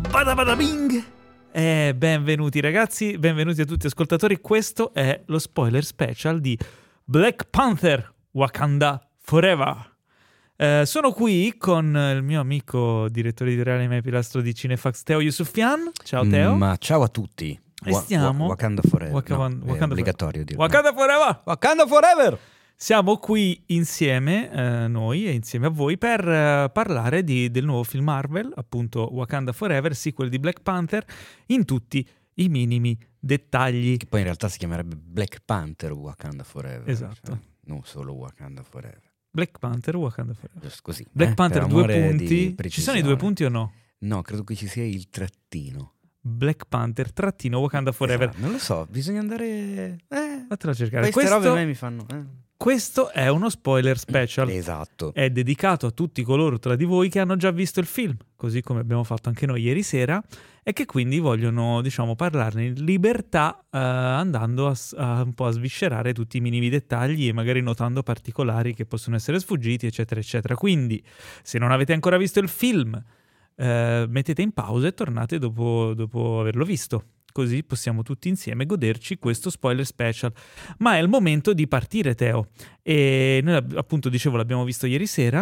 Bada bada bing! Benvenuti ragazzi, benvenuti a tutti ascoltatori. Questo è lo spoiler special di Black Panther Wakanda Forever. Sono qui con il mio amico direttore editoriale e pilastro di Cinefax, Teo Yusufian. Ciao Teo. Ma ciao a tutti. E stiamo Wakanda Forever. Wakanda è obbligatorio dirlo. Wakanda Forever! Wakanda Forever! Siamo qui insieme, noi e insieme a voi, per parlare del nuovo film Marvel, appunto Wakanda Forever, sequel di Black Panther, in tutti i minimi dettagli. Che poi in realtà si chiamerebbe Black Panther Wakanda Forever. Esatto. Cioè, non solo Wakanda Forever. Black Panther Wakanda Forever. Giusto così. Black Panther, per 2 amore punti. di Ci sono i 2 punti o no? No, credo che ci sia il trattino. Black Panther _ Wakanda Forever. Esatto, non lo so, bisogna andare... Fatela cercare. Queste robe a me mi fanno... Questo è uno spoiler special. Esatto. È dedicato a tutti coloro tra di voi che hanno già visto il film, così come abbiamo fatto anche noi ieri sera, e che quindi vogliono, diciamo, parlarne in libertà, andando un po' a sviscerare tutti i minimi dettagli e magari notando particolari che possono essere sfuggiti, eccetera, eccetera. Quindi, se non avete ancora visto il film, mettete in pausa e tornate dopo averlo visto. Così possiamo tutti insieme goderci questo spoiler special. Ma è il momento di partire, Teo. E noi, appunto, dicevo, l'abbiamo visto ieri sera.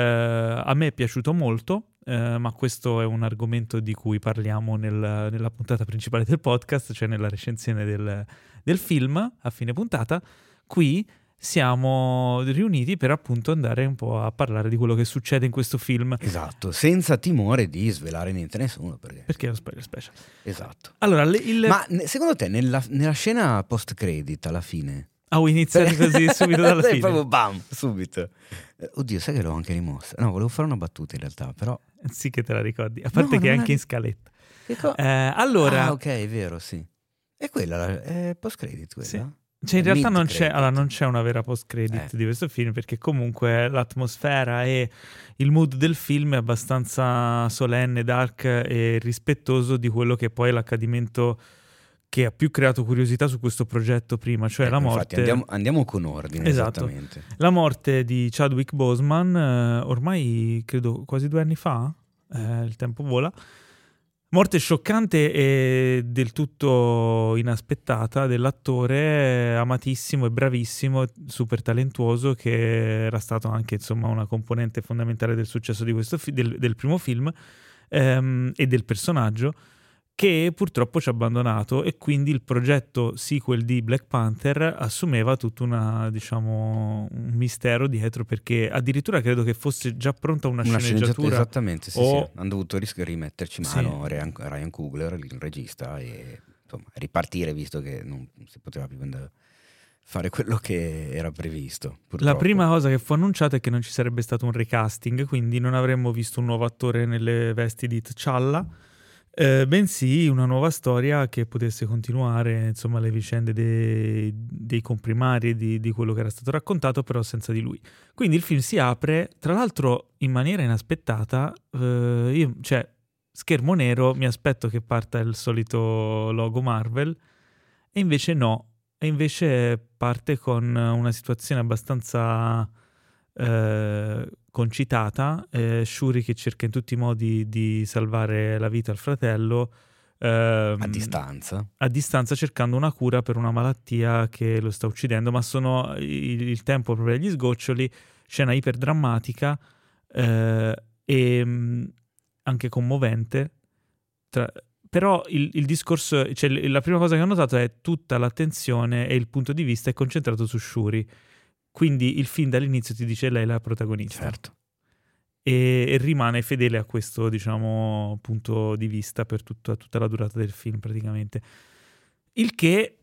A me è piaciuto molto, ma questo è un argomento di cui parliamo nella puntata principale del podcast, cioè nella recensione del film a fine puntata. Qui siamo riuniti per appunto andare un po' a parlare di quello che succede in questo film. Esatto, senza timore di svelare niente a nessuno. Perché è lo spoiler special. Esatto. Allora, Ma secondo te nella scena post-credit alla fine... iniziare così subito dalla fine? Proprio bam, subito. Oddio, sai che l'ho anche rimossa? No, volevo fare una battuta in realtà, però... Sì che te la ricordi, a parte che è anche in scaletta. Allora... Ah, ok, è vero, sì. È quella, è post-credit quella? Sì. Cioè in realtà non c'è una vera post-credit di questo film, perché comunque l'atmosfera e il mood del film è abbastanza solenne, dark e rispettoso di quello che poi è l'accadimento che ha più creato curiosità su questo progetto prima, cioè la morte... Infatti andiamo con ordine, esatto. Esattamente. La morte di Chadwick Boseman, ormai credo quasi 2 anni fa, il tempo vola. Morte scioccante e del tutto inaspettata dell'attore amatissimo e bravissimo, super talentuoso, che era stato anche, insomma, una componente fondamentale del successo di questo del primo film, e del personaggio, che purtroppo ci ha abbandonato, e quindi il progetto sequel di Black Panther assumeva tutto un mistero dietro, perché addirittura credo che fosse già pronta una sceneggiatura. Esattamente, sì. Hanno dovuto rimetterci mano Ryan Coogler, il regista, e insomma ripartire, visto che non si poteva più fare quello che era previsto. Purtroppo. La prima cosa che fu annunciata è che non ci sarebbe stato un recasting, quindi non avremmo visto un nuovo attore nelle vesti di T'Challa, bensì una nuova storia che potesse continuare, insomma, le vicende dei comprimari di quello che era stato raccontato, però senza di lui. Quindi il film si apre, tra l'altro in maniera inaspettata. Io, schermo nero, mi aspetto che parta il solito logo Marvel, e invece no, e invece parte con una situazione abbastanza concitata, Shuri che cerca in tutti i modi di salvare la vita al fratello, a distanza, cercando una cura per una malattia che lo sta uccidendo, ma sono il tempo proprio agli sgoccioli, scena iperdrammatica e anche commovente, però il discorso, cioè la prima cosa che ho notato è tutta l'attenzione e il punto di vista è concentrato su Shuri. Quindi il film dall'inizio ti dice lei è la protagonista. Certo. E rimane fedele a questo, diciamo, punto di vista per tutta la durata del film, praticamente. Il che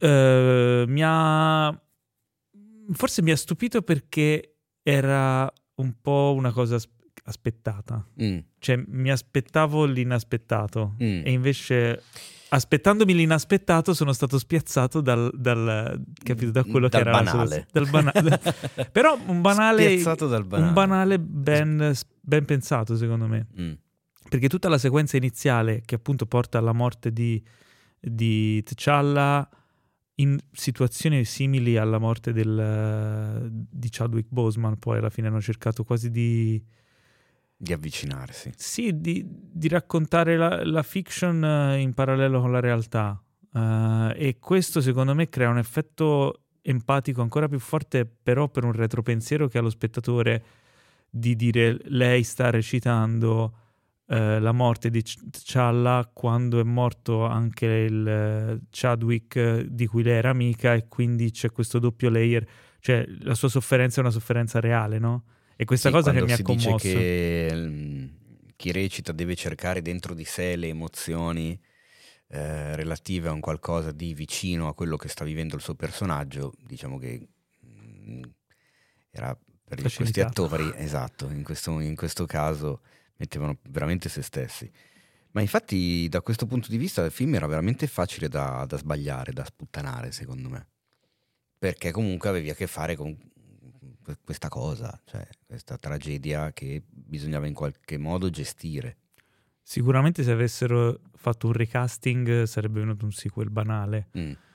forse mi ha stupito, perché era un po' una cosa aspettata. Cioè mi aspettavo l'inaspettato, e invece... aspettandomi l'inaspettato sono stato spiazzato capito, da quello che era banale. Dal banale. Però un banale, spiazzato dal banale. Un banale ben pensato, secondo me, perché tutta la sequenza iniziale che appunto porta alla morte di T'Challa, in situazioni simili alla morte di Chadwick Boseman, poi alla fine hanno cercato quasi di Di avvicinarsi. Sì, di raccontare la fiction in parallelo con la realtà. E questo secondo me crea un effetto empatico ancora più forte, però per un retropensiero che ha lo spettatore, di dire lei sta recitando la morte di T'Challa quando è morto anche il Chadwick di cui lei era amica, e quindi c'è questo doppio layer, cioè la sua sofferenza è una sofferenza reale, no? E questa cosa che mi ha commosso. Quando si dice che chi recita deve cercare dentro di sé le emozioni relative a un qualcosa di vicino a quello che sta vivendo il suo personaggio, diciamo che era per questi attori, esatto, in questo caso mettevano veramente se stessi. Ma infatti da questo punto di vista il film era veramente facile da sbagliare, da sputtanare, secondo me, perché comunque avevi a che fare con questa cosa, cioè questa tragedia che bisognava in qualche modo gestire. Sicuramente se avessero fatto un recasting sarebbe venuto un sequel banale.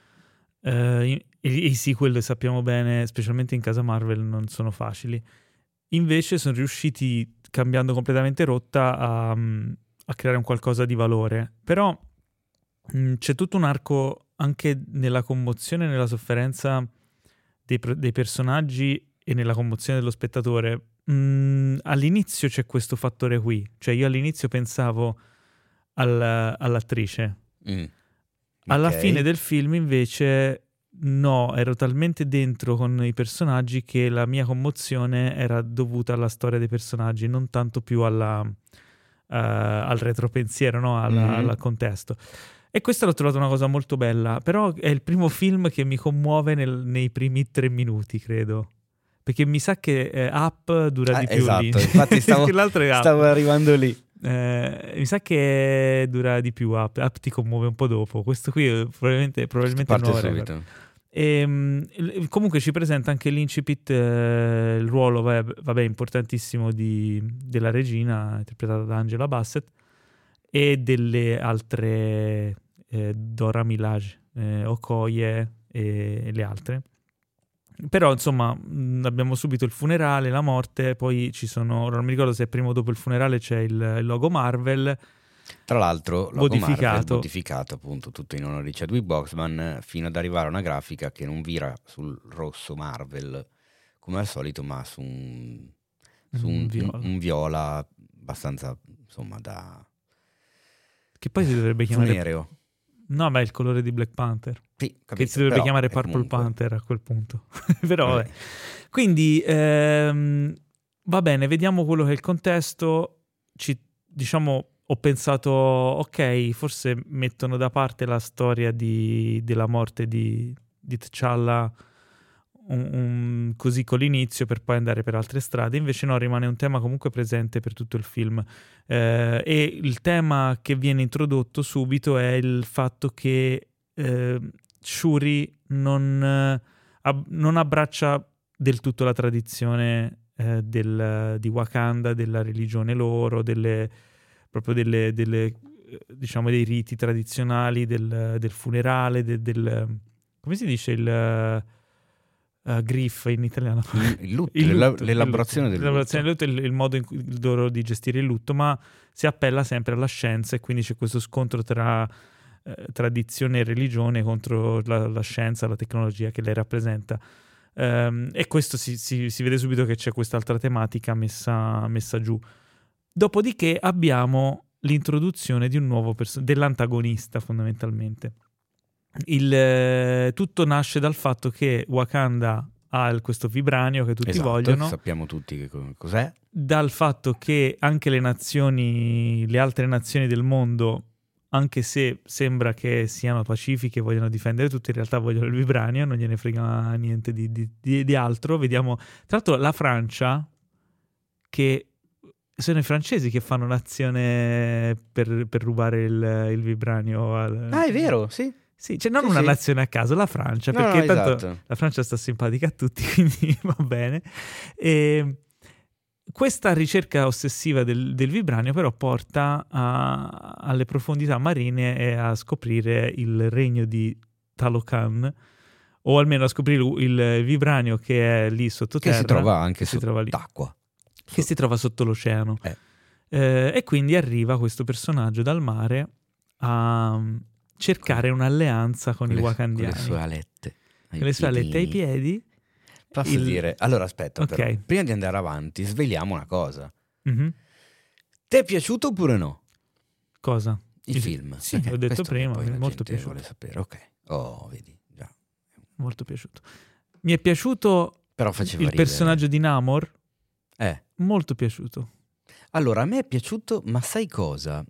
I sequel, sappiamo bene, specialmente in casa Marvel, non sono facili. Invece sono riusciti, cambiando completamente rotta, a creare un qualcosa di valore. Però c'è tutto un arco anche nella commozione e nella sofferenza dei personaggi e nella commozione dello spettatore. All'inizio c'è questo fattore qui, cioè io all'inizio pensavo all'attrice. Alla fine del film invece no, ero talmente dentro con i personaggi che la mia commozione era dovuta alla storia dei personaggi, non tanto più al retropensiero, no? Al contesto. E questa l'ho trovata una cosa molto bella, però è il primo film che mi commuove nei primi 3 minuti, credo. Perché mi sa che Up dura di più, esatto, lì. Infatti stavo arrivando lì. Mi sa che dura di più Up ti commuove un po' dopo. Questo qui probabilmente parte no, subito. E comunque ci presenta anche l'incipit, il ruolo vabbè importantissimo della regina, interpretata da Angela Bassett, e delle altre Dora Milaje, Okoye e le altre. Però insomma abbiamo subito il funerale, la morte, poi ci sono, non mi ricordo se è prima o dopo il funerale, c'è il logo Marvel, tra l'altro modificato. Modificato appunto tutto in onore di Chadwick Boseman, fino ad arrivare a una grafica che non vira sul rosso Marvel come al solito, ma su un viola abbastanza, insomma, da che poi si dovrebbe chiamare funereo. No, beh, il colore di Black Panther. Sì, capito, che si dovrebbe chiamare Purple comunque... Panther a quel punto. Però vabbè. Quindi va bene, vediamo quello che è il contesto. Diciamo, ho pensato, ok, forse mettono da parte la storia della morte di T'Challa così con l'inizio, per poi andare per altre strade. Invece no, rimane un tema comunque presente per tutto il film. E il tema che viene introdotto subito è il fatto che Shuri non abbraccia del tutto la tradizione di Wakanda, della religione loro, proprio delle diciamo dei riti tradizionali, del funerale, come si dice il grief in italiano? Il lutto, l'elaborazione del lutto. Il modo in cui loro di gestire il lutto, ma si appella sempre alla scienza, e quindi c'è questo scontro tra tradizione e religione contro la scienza, la tecnologia che lei rappresenta. E questo si vede subito che c'è quest'altra tematica messa giù. Dopodiché abbiamo l'introduzione di un nuovo dell'antagonista, fondamentalmente. Tutto nasce dal fatto che Wakanda ha questo vibranio che tutti vogliono. Sappiamo tutti che cos'è. Dal fatto che anche le altre nazioni del mondo, anche se sembra che siano pacifiche, vogliono difendere tutto, in realtà vogliono il vibranio, non gliene frega niente di altro. Vediamo, tra l'altro, la Francia, che sono i francesi che fanno l'azione per rubare il vibranio. È vero, sì. Sì, cioè non una nazione a caso, la Francia, perché tanto esatto. La Francia sta simpatica a tutti, quindi va bene. E questa ricerca ossessiva del vibranio però porta alle profondità marine e a scoprire il regno di Talocan, o almeno a scoprire il vibranio che è lì sottoterra. Che si trova anche sott'acqua. Che si trova sotto l'oceano. E quindi arriva questo personaggio dal mare a cercare un'alleanza con i wakandiani. Con le sue alette. Con le sue alette ai piedi. Posso dire? Allora aspetta, Ok. però, prima di andare avanti, sveliamo una cosa. Mhm. Ti è piaciuto oppure no? Cosa? Il film? Sì, Perché l'ho detto questo prima, poi mi è la molto gente piaciuto. vuole sapere. Ok. Oh, vedi, già. Molto piaciuto. Mi è piaciuto Però faceva il ridere. personaggio di Namor, Eh. molto piaciuto. Allora, a me è piaciuto, ma sai cosa?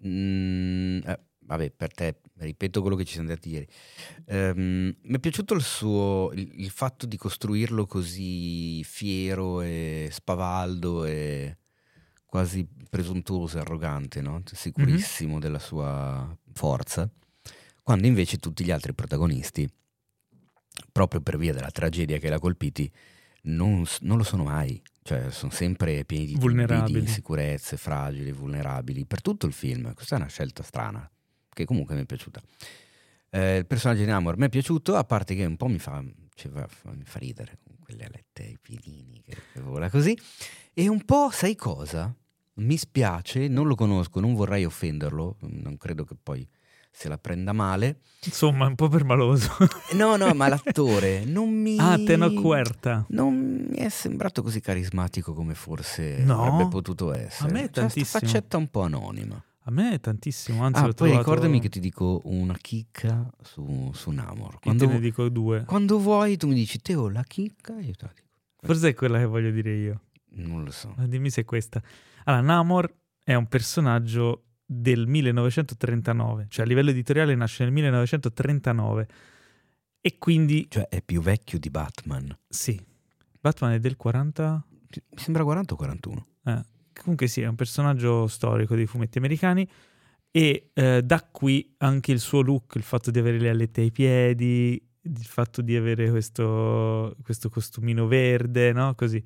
Vabbè, per te, ripeto quello che ci siamo detti ieri. Mi è piaciuto il fatto di costruirlo così fiero e spavaldo e quasi presuntuoso e arrogante, no? Sicurissimo della sua forza, quando invece tutti gli altri protagonisti, proprio per via della tragedia che l'ha colpiti, non lo sono mai. Cioè, sono sempre pieni di dubbi, Vulnerabili. di insicurezze, fragili, vulnerabili, per tutto il film. Questa è una scelta strana, che comunque mi è piaciuta. Il personaggio di Namor mi è piaciuto, a parte che un po' mi fa ridere, con quelle alette ai piedini, che vola così. E un po', sai cosa? Mi spiace, non lo conosco, non vorrei offenderlo, non credo che poi se la prenda male. Insomma, un po' permaloso. No, ma l'attore non mi... Tenoch Huerta. Non mi è sembrato così carismatico come forse No? avrebbe potuto essere. A me è tantissimo. Sta faccetta un po' anonima. A me è tantissimo, anzi l'ho poi trovato... ricordami che ti dico una chicca su Namor. Io te ne dico due. Quando vuoi tu mi dici, Teo, la chicca? Io te la dico. Forse è quella che voglio dire io. Non lo so. Ma dimmi se è questa. Allora, Namor è un personaggio del 1939, cioè a livello editoriale nasce nel 1939 e quindi... Cioè è più vecchio di Batman. Sì. Batman è del 40... Mi sembra 40 o 41. Comunque sì, è un personaggio storico dei fumetti americani e da qui anche il suo look, il fatto di avere le alette ai piedi, il fatto di avere questo costumino verde, no? Così.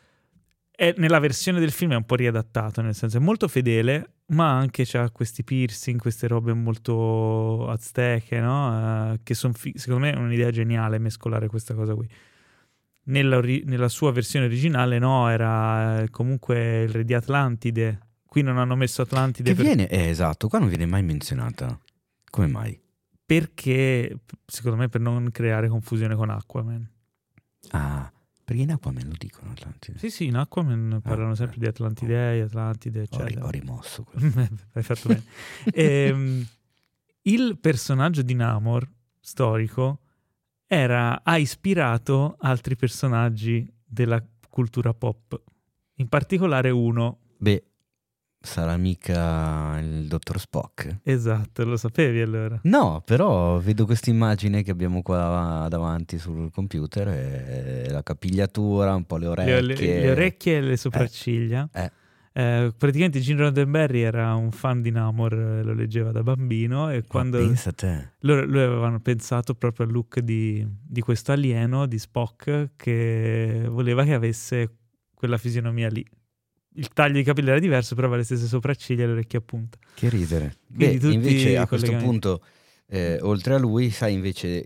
Nella versione del film è un po' riadattato, nel senso è molto fedele, ma anche c'ha questi piercing, queste robe molto azteche, no? Che sono secondo me è un'idea geniale mescolare questa cosa qui. Nella sua versione originale no, era comunque il re di Atlantide. Qui non hanno messo Atlantide. Che viene, esatto, qua non viene mai menzionata. Come mai? Perché, secondo me, per non creare confusione con Aquaman. Ah, perché in Aquaman lo dicono Atlantide. Sì, in Aquaman parlano sempre di Atlantidei, Atlantide, eccetera. Ho rimosso quello. Hai fatto bene. Il personaggio di Namor, storico, ha ispirato altri personaggi della cultura pop. In particolare uno. Beh, sarà mica il dottor Spock? Esatto, lo sapevi allora? No, però vedo questa immagine che abbiamo qua davanti sul computer e la capigliatura, un po' le orecchie. Le orecchie e le sopracciglia. Praticamente Gene Roddenberry era un fan di Namor, lo leggeva da bambino e quando pensa a te. Loro avevano pensato proprio al look di questo alieno, di Spock, che voleva che avesse quella fisionomia lì. Il taglio di capelli era diverso, però aveva le stesse sopracciglia e le orecchie a punta. Che ridere. Quindi Beh, invece a questo punto, oltre a lui, sai invece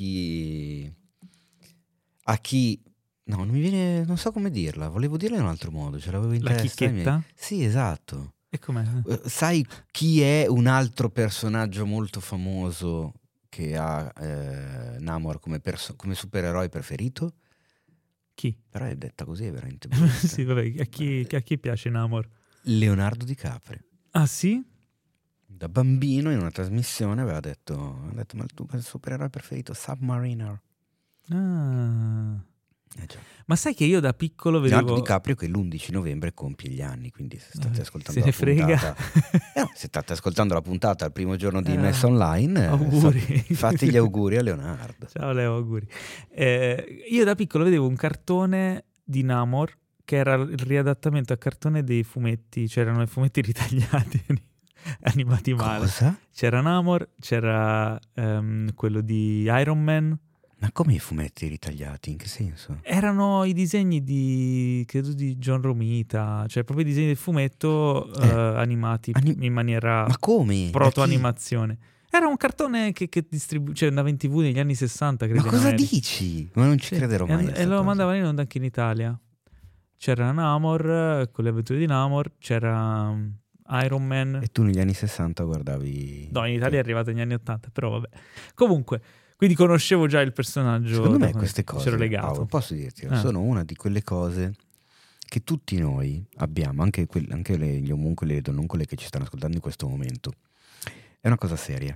no, non mi viene, non so come dirla, volevo dirla in un altro modo, ce l'avevo in La testa. chicchetta? Sì, esatto. E com'è? Sai chi è un altro personaggio molto famoso che ha Namor come supereroe preferito? Chi? Però è detta così, è veramente sì, vabbè, a chi piace Namor? Leonardo DiCaprio. Ah, sì? Da bambino in una trasmissione aveva detto ma il tuo supereroe preferito Submariner. Ah. Già. Ma sai che io da piccolo vedevo... Leonardo DiCaprio che l'11 novembre compie gli anni, quindi se state ascoltando se ne frega. Se state ascoltando la puntata al primo giorno di Messa Online, auguri. Fate gli auguri a Leonardo. Ciao Leo, auguri. Io da piccolo vedevo un cartone di Namor che era il riadattamento a cartone dei fumetti, c'erano i fumetti ritagliati animati male. Cosa? C'era Namor, c'era quello di Iron Man. Ma come i fumetti ritagliati? In che senso? Erano i disegni credo di John Romita, cioè proprio i disegni del fumetto animati in maniera ma come? proto-animazione. Era un cartone che andava in TV negli anni 60, credo. Ma cosa dici? Ma non ci crederò mai. E lo mandavano in onda anche in Italia. c'era Namor, con le avventure di Namor, c'era Iron Man. E tu negli anni 60 guardavi... No, in Italia è arrivato negli anni 80, però vabbè. Comunque, quindi conoscevo già il personaggio. Secondo me queste cose, c'ero legato. Paolo, posso dirti, sono una di quelle cose che tutti noi abbiamo, anche gli omuncoli e le donnuncole che ci stanno ascoltando in questo momento. È una cosa seria.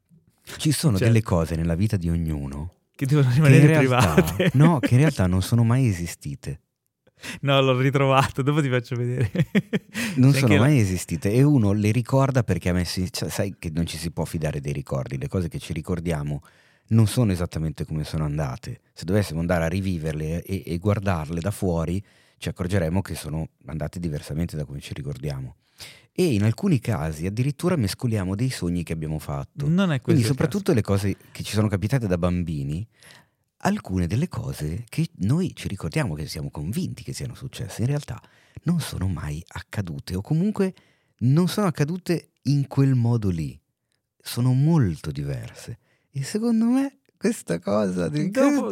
Ci sono delle cose nella vita di ognuno che devono rimanere private. No, che in realtà non sono mai esistite. No, l'ho ritrovato, dopo ti faccio vedere. Non sono mai esistite e uno le ricorda perché sai che non ci si può fidare dei ricordi. Le cose che ci ricordiamo non sono esattamente come sono andate. Se dovessimo andare a riviverle e guardarle da fuori, ci accorgeremo che sono andate diversamente da come ci ricordiamo. E in alcuni casi addirittura mescoliamo dei sogni che abbiamo fatto. Non è quindi soprattutto le cose che ci sono capitate da bambini, alcune delle cose che noi ci ricordiamo, che siamo convinti che siano successe, in realtà non sono mai accadute, o comunque non sono accadute in quel modo lì. Sono molto diverse. E secondo me questa cosa dopo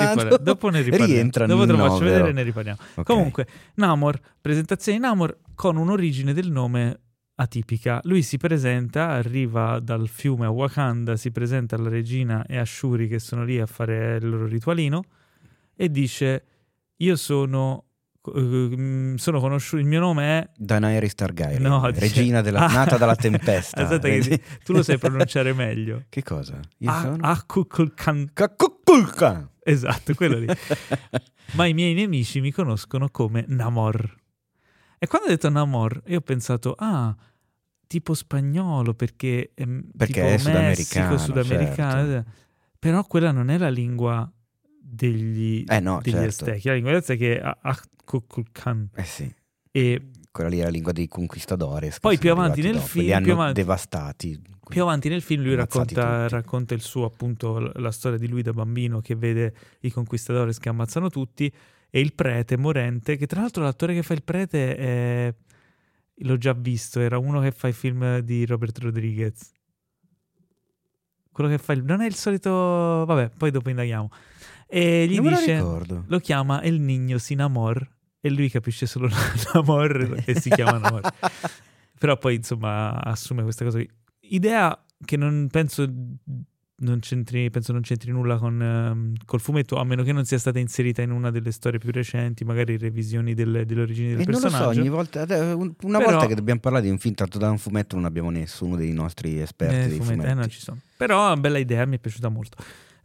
ne riparliamo. Rientra dopo te lo no, faccio vedere e ne riparliamo. Okay. Comunque, Namor, presentazione di Namor con un'origine del nome atipica. Lui si presenta, arriva dal fiume a Wakanda, si presenta alla regina e a Shuri che sono lì a fare il loro ritualino e dice: io sono conosciuto, il mio nome è Daenerys Targaryen, dice... regina nata dalla tempesta. Aspetta che tu lo sai pronunciare meglio. Che cosa? Io sono Akukulkan. Esatto, quello lì. Ma i miei nemici mi conoscono come Namor. E quando ho detto Namor, io ho pensato, tipo spagnolo, perché tipo è sudamericano. Sudamericano. Certo. Però quella non è la lingua degli certo. Aztechi. La lingua degli Aztechi è Akukulkan. Sì. E quella lì è la lingua dei conquistadores. Poi più avanti nel film, li hanno devastati. Più avanti nel film lui racconta il suo, appunto, la storia di lui da bambino che vede i conquistadores che ammazzano tutti e il prete morente, che tra l'altro l'attore che fa il prete l'ho già visto, era uno che fa i film di Robert Rodriguez. Quello che fa non è il solito, vabbè, poi dopo indaghiamo. E gli dice, lo chiama El Niño Sin Amor e lui capisce solo Namor e si chiama Namor. Però poi insomma assume questa cosa qui. Idea che penso non c'entri nulla col fumetto, a meno che non sia stata inserita in una delle storie più recenti, magari revisioni delle origini del personaggio. Non lo so, ogni volta, volta che dobbiamo parlare di un film tratto da un fumetto non abbiamo nessuno dei nostri esperti dei fumetti. Non ci sono. Però è una bella idea, mi è piaciuta molto.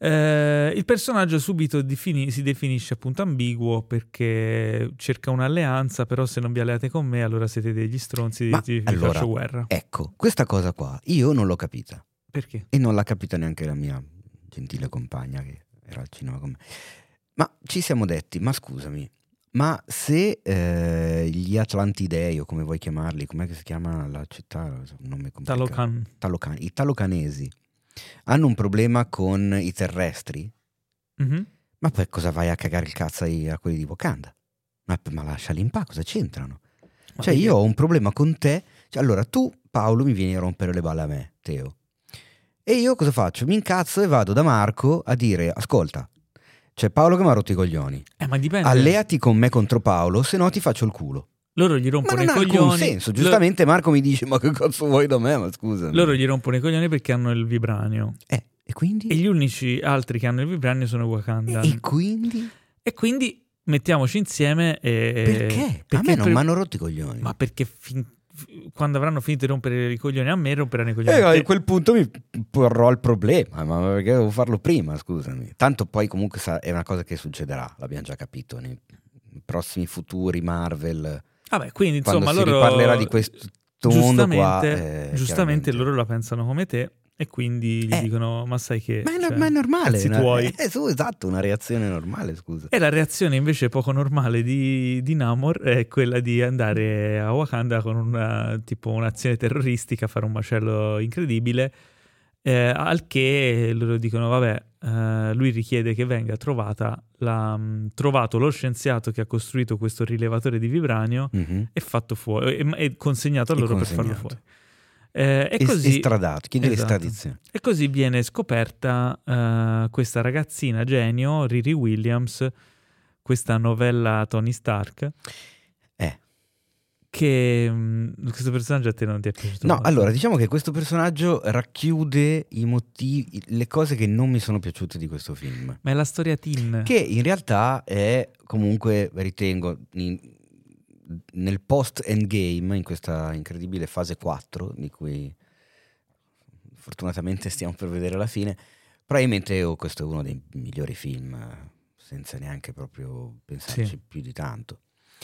Il personaggio subito si definisce appunto ambiguo perché cerca un'alleanza, però se non vi alleate con me allora siete degli stronzi, vi faccio guerra. Ecco, questa cosa qua io non l'ho capita. Perché? E non l'ha capita neanche la mia gentile compagna che era al cinema con me. Ma ci siamo detti, ma scusami, ma se gli Atlantidei, o come vuoi chiamarli, com'è che si chiama la città? Un nome complicato. Talocan. I talocanesi hanno un problema con i terrestri? Mm-hmm. Ma poi cosa vai a cagare il cazzo a quelli di Wakanda? Ma lasciali in pace, cosa c'entrano? Cioè io ho un problema con te, allora tu Paolo mi vieni a rompere le balle a me, Teo. E io cosa faccio? Mi incazzo e vado da Marco a dire, ascolta, c'è Paolo che mi ha rotto i coglioni. Ma dipende. Alleati con me contro Paolo, se no ti faccio il culo. Loro gli rompono i coglioni. Ma non ha alcun senso, giustamente Marco mi dice, ma che cazzo vuoi da me? Ma scusa. Loro gli rompono i coglioni perché hanno il vibranio. E quindi? E gli unici altri che hanno il vibranio sono Wakanda. E quindi? E quindi mettiamoci insieme Perché? A me non mi hanno rotto i coglioni. Ma perché quando avranno finito di rompere i coglioni a me, romperanno i coglioni a te. A quel punto mi porrò il problema, ma perché devo farlo prima, scusami. Tanto poi comunque è una cosa che succederà, l'abbiamo già capito, nei prossimi futuri Marvel. Vabbè, quindi insomma quando loro si riparlerà di questo mondo qua. Giustamente loro la pensano come te. E quindi gli dicono, ma sai che... Ma è normale. Esatto, una reazione normale, scusa. E la reazione invece poco normale di Namor è quella di andare a Wakanda con un'azione terroristica, fare un macello incredibile, al che loro dicono, vabbè, lui richiede che venga trovato lo scienziato che ha costruito questo rilevatore di vibranio e fatto fuori, e consegnato a loro per farlo fuori. Estradato, chiede esatto. l'estradizione. E così viene scoperta questa ragazzina genio, Riri Williams, questa novella Tony Stark. Che questo personaggio a te non ti è piaciuto? No, molto? allora diciamo che questo personaggio racchiude i motivi, le cose che non mi sono piaciute di questo film. Ma è la storia teen. Che in realtà è comunque, ritengo, nel post-endgame, in questa incredibile fase 4, di cui fortunatamente stiamo per vedere la fine, probabilmente questo è uno dei migliori film, senza neanche proprio pensarci più di tanto.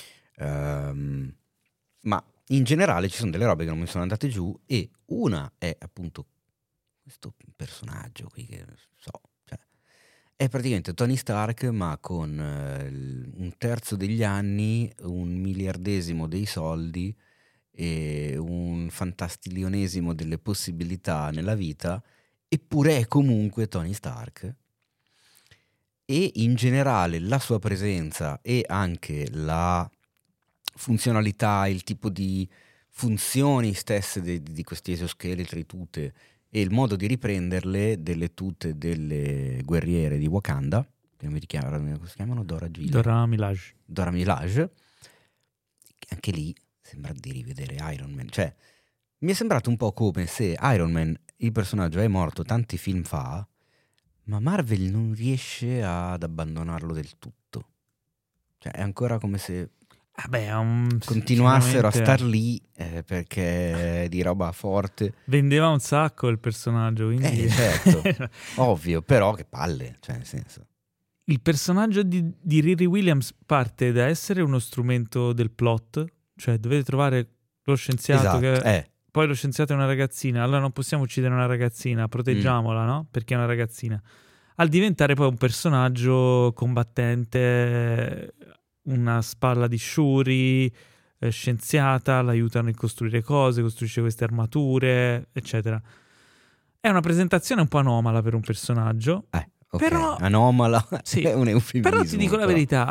Ma in generale ci sono delle robe che non mi sono andate giù, e una è appunto questo personaggio qui che è praticamente Tony Stark, ma con un terzo degli anni, un miliardesimo dei soldi e un fantastilionesimo delle possibilità nella vita, eppure è comunque Tony Stark. E in generale la sua presenza e anche la funzionalità, il tipo di funzioni stesse di questi esoscheletri, tute, e il modo di riprenderle delle tute delle guerriere di Wakanda, che come si chiamano? Dora Milaje. Anche lì sembra di rivedere Iron Man. Cioè, mi è sembrato un po' come se Iron Man, il personaggio, è morto tanti film fa, ma Marvel non riesce ad abbandonarlo del tutto. Cioè, è ancora come se continuassero a star lì perché è di roba forte. Vendeva un sacco il personaggio, quindi certo, ovvio, però che palle, cioè nel senso. Il personaggio di Riri Williams parte da essere uno strumento del plot, cioè dovete trovare lo scienziato, esatto, poi lo scienziato è una ragazzina, allora non possiamo uccidere una ragazzina, proteggiamola, no? Perché è una ragazzina. Al diventare poi un personaggio combattente, una spalla di Shuri, scienziata, l'aiutano a costruire cose, costruisce queste armature, eccetera. È una presentazione un po' anomala per un personaggio. Okay. Però, anomala, sì, è un eufemismo. Però ti dico la verità,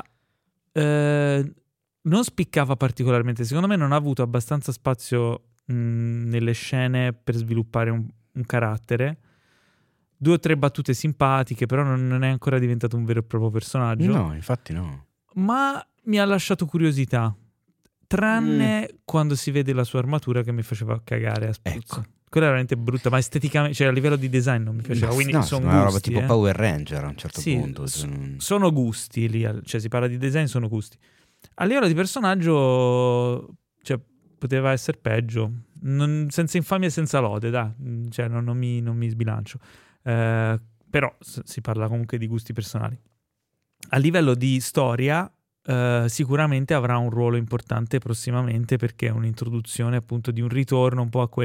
non spiccava particolarmente. Secondo me non ha avuto abbastanza spazio nelle scene per sviluppare un carattere. 2 o 3 battute simpatiche, però non è ancora diventato un vero e proprio personaggio. No, infatti no. Ma mi ha lasciato curiosità, tranne quando si vede la sua armatura che mi faceva cagare a spruzzo. Ecco. Quella è veramente brutta, ma esteticamente, cioè a livello di design non mi piaceva. Quindi sono gusti, una roba tipo Power Ranger a un certo punto. Sono gusti lì, cioè si parla di design, sono gusti. A livello di personaggio, cioè, poteva essere peggio. Senza infamia e senza lode, dai. Cioè non mi sbilancio. Però si parla comunque di gusti personali. A livello di storia, sicuramente avrà un ruolo importante prossimamente, perché è un'introduzione appunto di un ritorno un po' a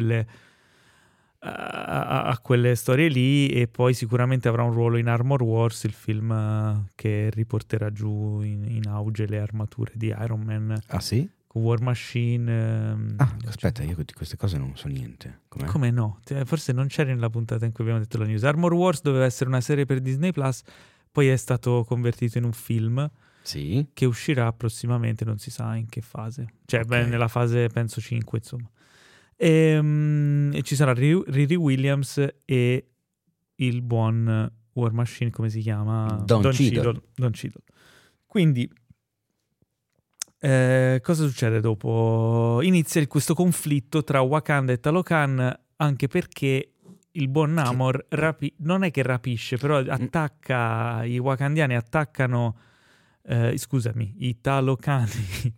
quelle storie lì, e poi sicuramente avrà un ruolo in Armor Wars, il film che riporterà giù in auge le armature di Iron Man. Ah sì? Con War Machine. Aspetta, io di queste cose non so niente. Com'è? Come no? Forse non c'eri nella puntata in cui abbiamo detto la news. Armor Wars doveva essere una serie per Disney Plus, poi è stato convertito in un film. Sì. Che uscirà prossimamente, non si sa in che fase. Cioè, Okay. nella fase penso 5, insomma. E ci sarà Riri Williams e il buon War Machine, come si chiama? Don Cheadle. Don Cheadle. Quindi, cosa succede dopo? Inizia questo conflitto tra Wakanda e Talokan, anche perché il buon Namor non è che rapisce, però attacca, i wakandiani attaccano, scusami, i talocani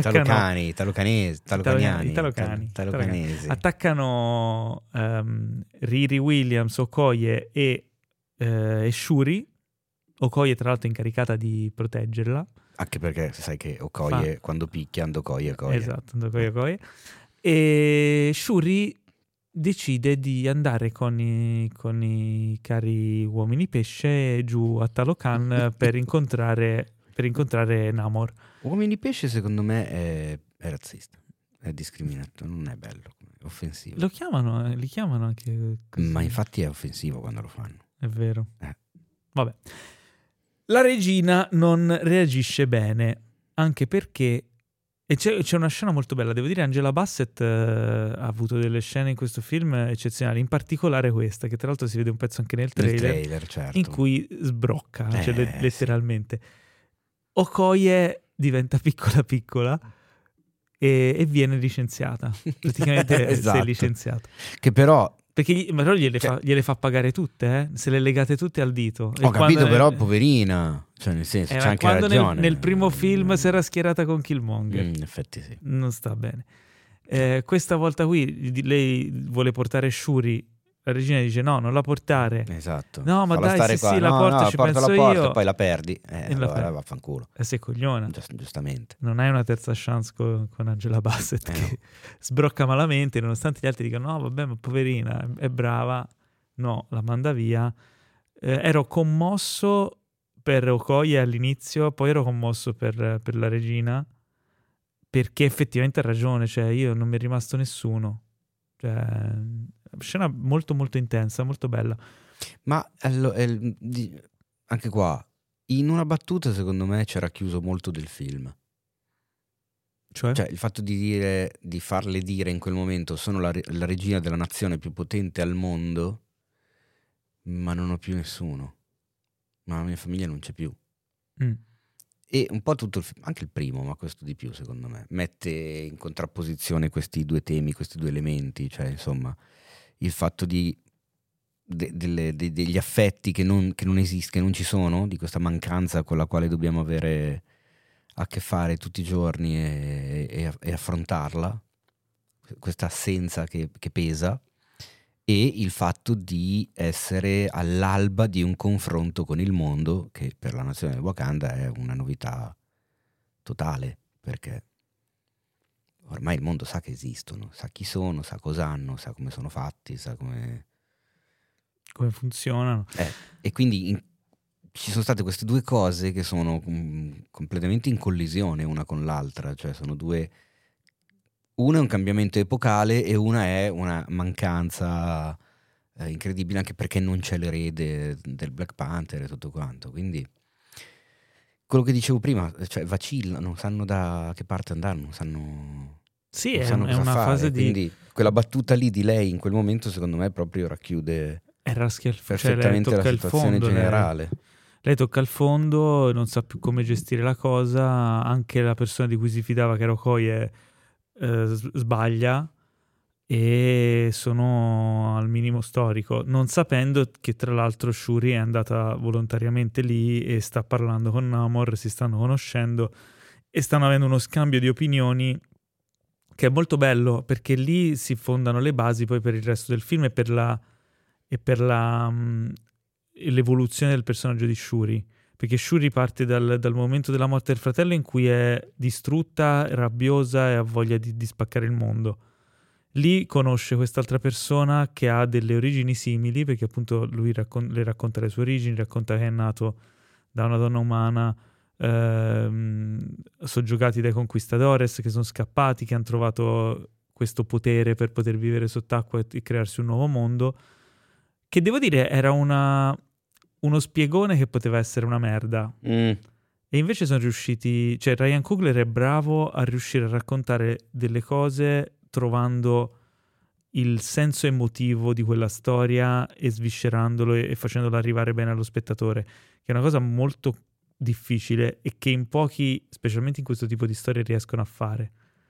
attaccano Riri Williams, Okoye e Shuri. Okoye tra l'altro è incaricata di proteggerla, anche perché sai che Okoye quando picchia Okoye. Esatto, Okoye. E Shuri decide di andare con i cari uomini pesce giù a Talokan per incontrare Namor. Uomini pesce secondo me è razzista, è discriminatorio, non è bello, è offensivo. Li chiamano anche così. Ma infatti è offensivo quando lo fanno. È vero. Vabbè. La regina non reagisce bene, anche perché c'è una scena molto bella, devo dire. Angela Bassett ha avuto delle scene in questo film eccezionali, in particolare questa, che tra l'altro si vede un pezzo anche nel trailer certo. in cui sbrocca, cioè letteralmente. Okoye diventa piccola e viene licenziata. Praticamente Esatto. sei licenziato. Che però... Perché però gliele fa pagare tutte, se le legate tutte al dito. Ho capito, però poverina, cioè nel senso, c'è anche quando ragione. nel primo film si era schierata con Killmonger. In effetti sì. Non sta bene. Questa volta qui lei vuole portare Shuri, la regina dice no, non la portare. Esatto. No, ma Falla dai, stare sì, qua. sì, la porta, ci penso io. E poi la perdi. la Allora perdi. vaffanculo. Sei cogliona. Giustamente. Non hai una terza chance con Angela Bassett che sbrocca malamente, nonostante gli altri dicano no, vabbè, ma poverina, è brava. No, la manda via. Ero commosso per Okoye all'inizio, poi ero commosso per la regina, perché effettivamente ha ragione, cioè io non mi è rimasto nessuno. Cioè, scena molto molto intensa, molto bella. Ma anche qua, in una battuta secondo me c'era chiuso molto del film. Cioè il fatto di farle dire in quel momento sono la regina della nazione più potente al mondo, ma non ho più nessuno. Ma la mia famiglia non c'è più. E un po' tutto il film, anche il primo, ma questo di più secondo me, mette in contrapposizione questi due temi, questi due elementi, cioè insomma il fatto degli affetti che non esistono, che non ci sono, di questa mancanza con la quale dobbiamo avere a che fare tutti i giorni e affrontarla, questa assenza che pesa, e il fatto di essere all'alba di un confronto con il mondo che per la nazione del Wakanda è una novità totale, perché ormai il mondo sa che esistono, sa chi sono, sa cosa hanno, sa come sono fatti, sa come funzionano. E quindi ci sono state queste due cose che sono completamente in collisione una con l'altra, cioè sono due... Una è un cambiamento epocale e una è una mancanza incredibile, anche perché non c'è l'erede del Black Panther e tutto quanto. Quindi quello che dicevo prima, cioè vacillano, non sanno da che parte andare, non sanno... Sì, non sanno è cosa una fare. fase quindi quella battuta lì di lei in quel momento secondo me proprio racchiude perfettamente la situazione generale. Lei tocca il fondo, non sa più come gestire la cosa, anche la persona di cui si fidava che era Okoye sbaglia e sono al minimo storico, non sapendo che tra l'altro Shuri è andata volontariamente lì e sta parlando con Namor, si stanno conoscendo e stanno avendo uno scambio di opinioni che è molto bello, perché lì si fondano le basi poi per il resto del film e per l'evoluzione del personaggio di Shuri, perché Shuri parte dal momento della morte del fratello in cui è distrutta, rabbiosa e ha voglia di spaccare il mondo. Lì conosce quest'altra persona che ha delle origini simili, perché appunto lui le racconta le sue origini, racconta che è nato da una donna umana, soggiogati dai conquistadores che sono scappati, che hanno trovato questo potere per poter vivere sott'acqua e crearsi un nuovo mondo, che devo dire era uno spiegone che poteva essere una merda. E invece sono riusciti, cioè Ryan Coogler è bravo a riuscire a raccontare delle cose trovando il senso emotivo di quella storia e sviscerandolo e facendolo arrivare bene allo spettatore, che è una cosa molto difficile e che in pochi, specialmente in questo tipo di storie, riescono a fare.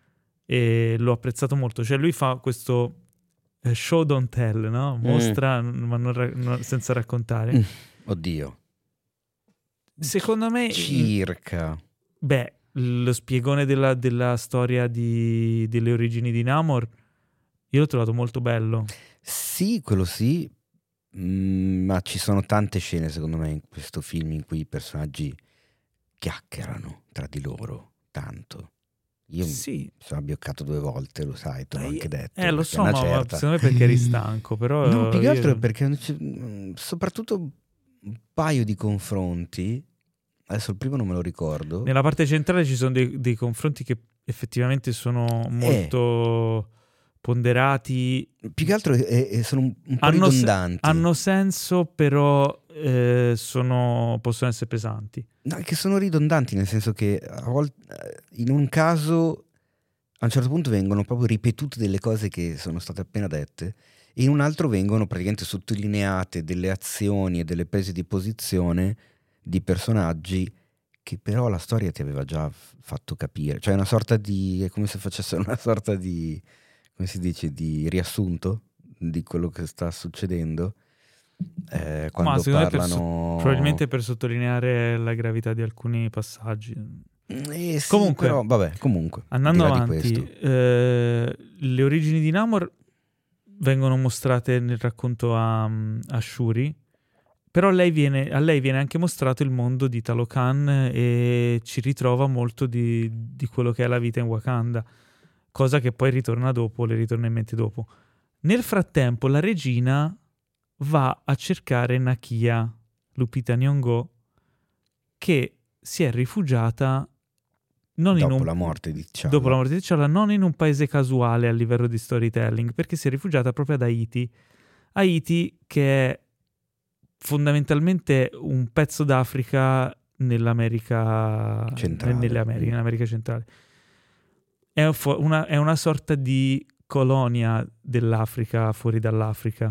E l'ho apprezzato molto, cioè lui fa questo show don't tell, no? Mostra ma senza raccontare. Oddio. Secondo me circa lo spiegone della storia delle origini di Namor io l'ho trovato molto bello. Sì, quello sì, ma ci sono tante scene secondo me in questo film in cui i personaggi chiacchierano tra di loro tanto. Io mi sono abbioccato 2 volte, lo sai, te l'ho anche detto. Lo so, ma secondo me perché eri stanco, però... No, più che altro è perché soprattutto un paio di confronti, adesso il primo non me lo ricordo. Nella parte centrale ci sono dei confronti che effettivamente sono molto ponderati. Più che altro sono un po' ridondanti. Hanno senso, però possono essere pesanti. No, che sono ridondanti, nel senso che a volte, in un caso a un certo punto vengono proprio ripetute delle cose che sono state appena dette, e in un altro vengono praticamente sottolineate delle azioni e delle prese di posizione di personaggi che però la storia ti aveva già fatto capire, cioè una sorta di, è come se facessero una sorta di, come si dice, di riassunto di quello che sta succedendo, quando secondo me parlano... probabilmente per sottolineare la gravità di alcuni passaggi. Sì, Comunque, però vabbè, comunque, andando di là di avanti, questo. le origini di Namor vengono mostrate nel racconto a Shuri, però a lei viene anche mostrato il mondo di Talokan e ci ritrova molto di quello che è la vita in Wakanda, cosa che poi le ritorna in mente dopo. Nel frattempo la regina va a cercare Nakia, Lupita Nyong'o, che si è rifugiata Dopo la morte di T'Challa. Dopo la morte di T'Challa, non in un paese casuale a livello di storytelling, perché si è rifugiata proprio ad Haiti. Haiti, che è fondamentalmente un pezzo d'Africa nell'America Centrale. nell'America centrale. È una sorta di colonia dell'Africa fuori dall'Africa.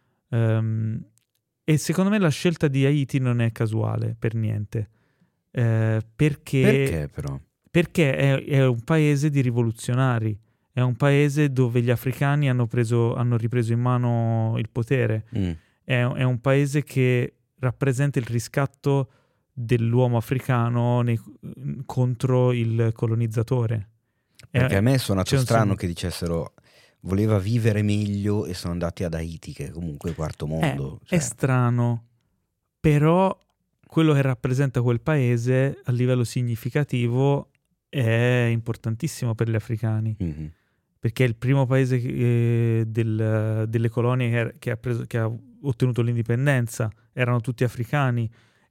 E secondo me la scelta di Haiti non è casuale per niente. Perché però? Perché è un paese di rivoluzionari, è un paese dove gli africani hanno ripreso in mano il potere, è un paese che rappresenta il riscatto dell'uomo africano contro il colonizzatore. Perché a me è suonato strano che dicessero voleva vivere meglio e sono andati ad Haiti, che è comunque quarto mondo. È strano, però quello che rappresenta quel paese a livello significativo è importantissimo per gli africani, perché è il primo paese delle colonie che ha ottenuto l'indipendenza, erano tutti africani,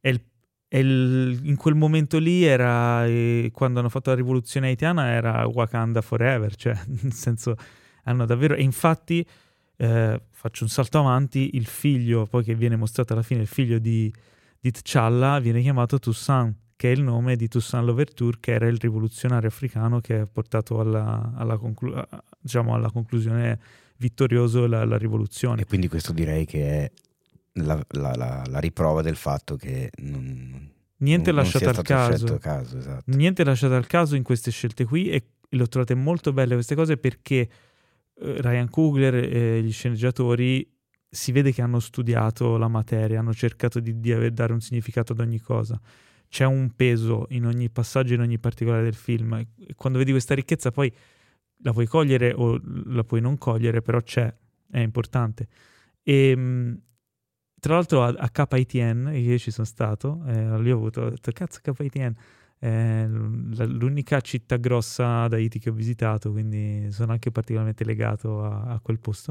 in quel momento lì era, quando hanno fatto la rivoluzione haitiana, era Wakanda forever, cioè nel senso hanno davvero, e infatti faccio un salto avanti, il figlio poi che viene mostrato alla fine, il figlio di T'Challa viene chiamato Toussaint, che è il nome di Toussaint Louverture, che era il rivoluzionario africano che ha portato alla conclusione vittorioso la rivoluzione. E quindi questo direi che è la riprova del fatto che niente è non lasciato sia stato scelto a caso, esatto. Niente è lasciato al caso in queste scelte qui, e le ho trovate molto belle queste cose, perché Ryan Coogler e gli sceneggiatori si vede che hanno studiato la materia, hanno cercato di dare un significato ad ogni cosa. C'è un peso in ogni passaggio, in ogni particolare del film, e quando vedi questa ricchezza poi la puoi cogliere o la puoi non cogliere, però c'è, è importante. E tra l'altro a KITN, io ci sono stato, lì ho detto cazzo, KITN è l'unica città grossa da Haiti che ho visitato, quindi sono anche particolarmente legato a quel posto.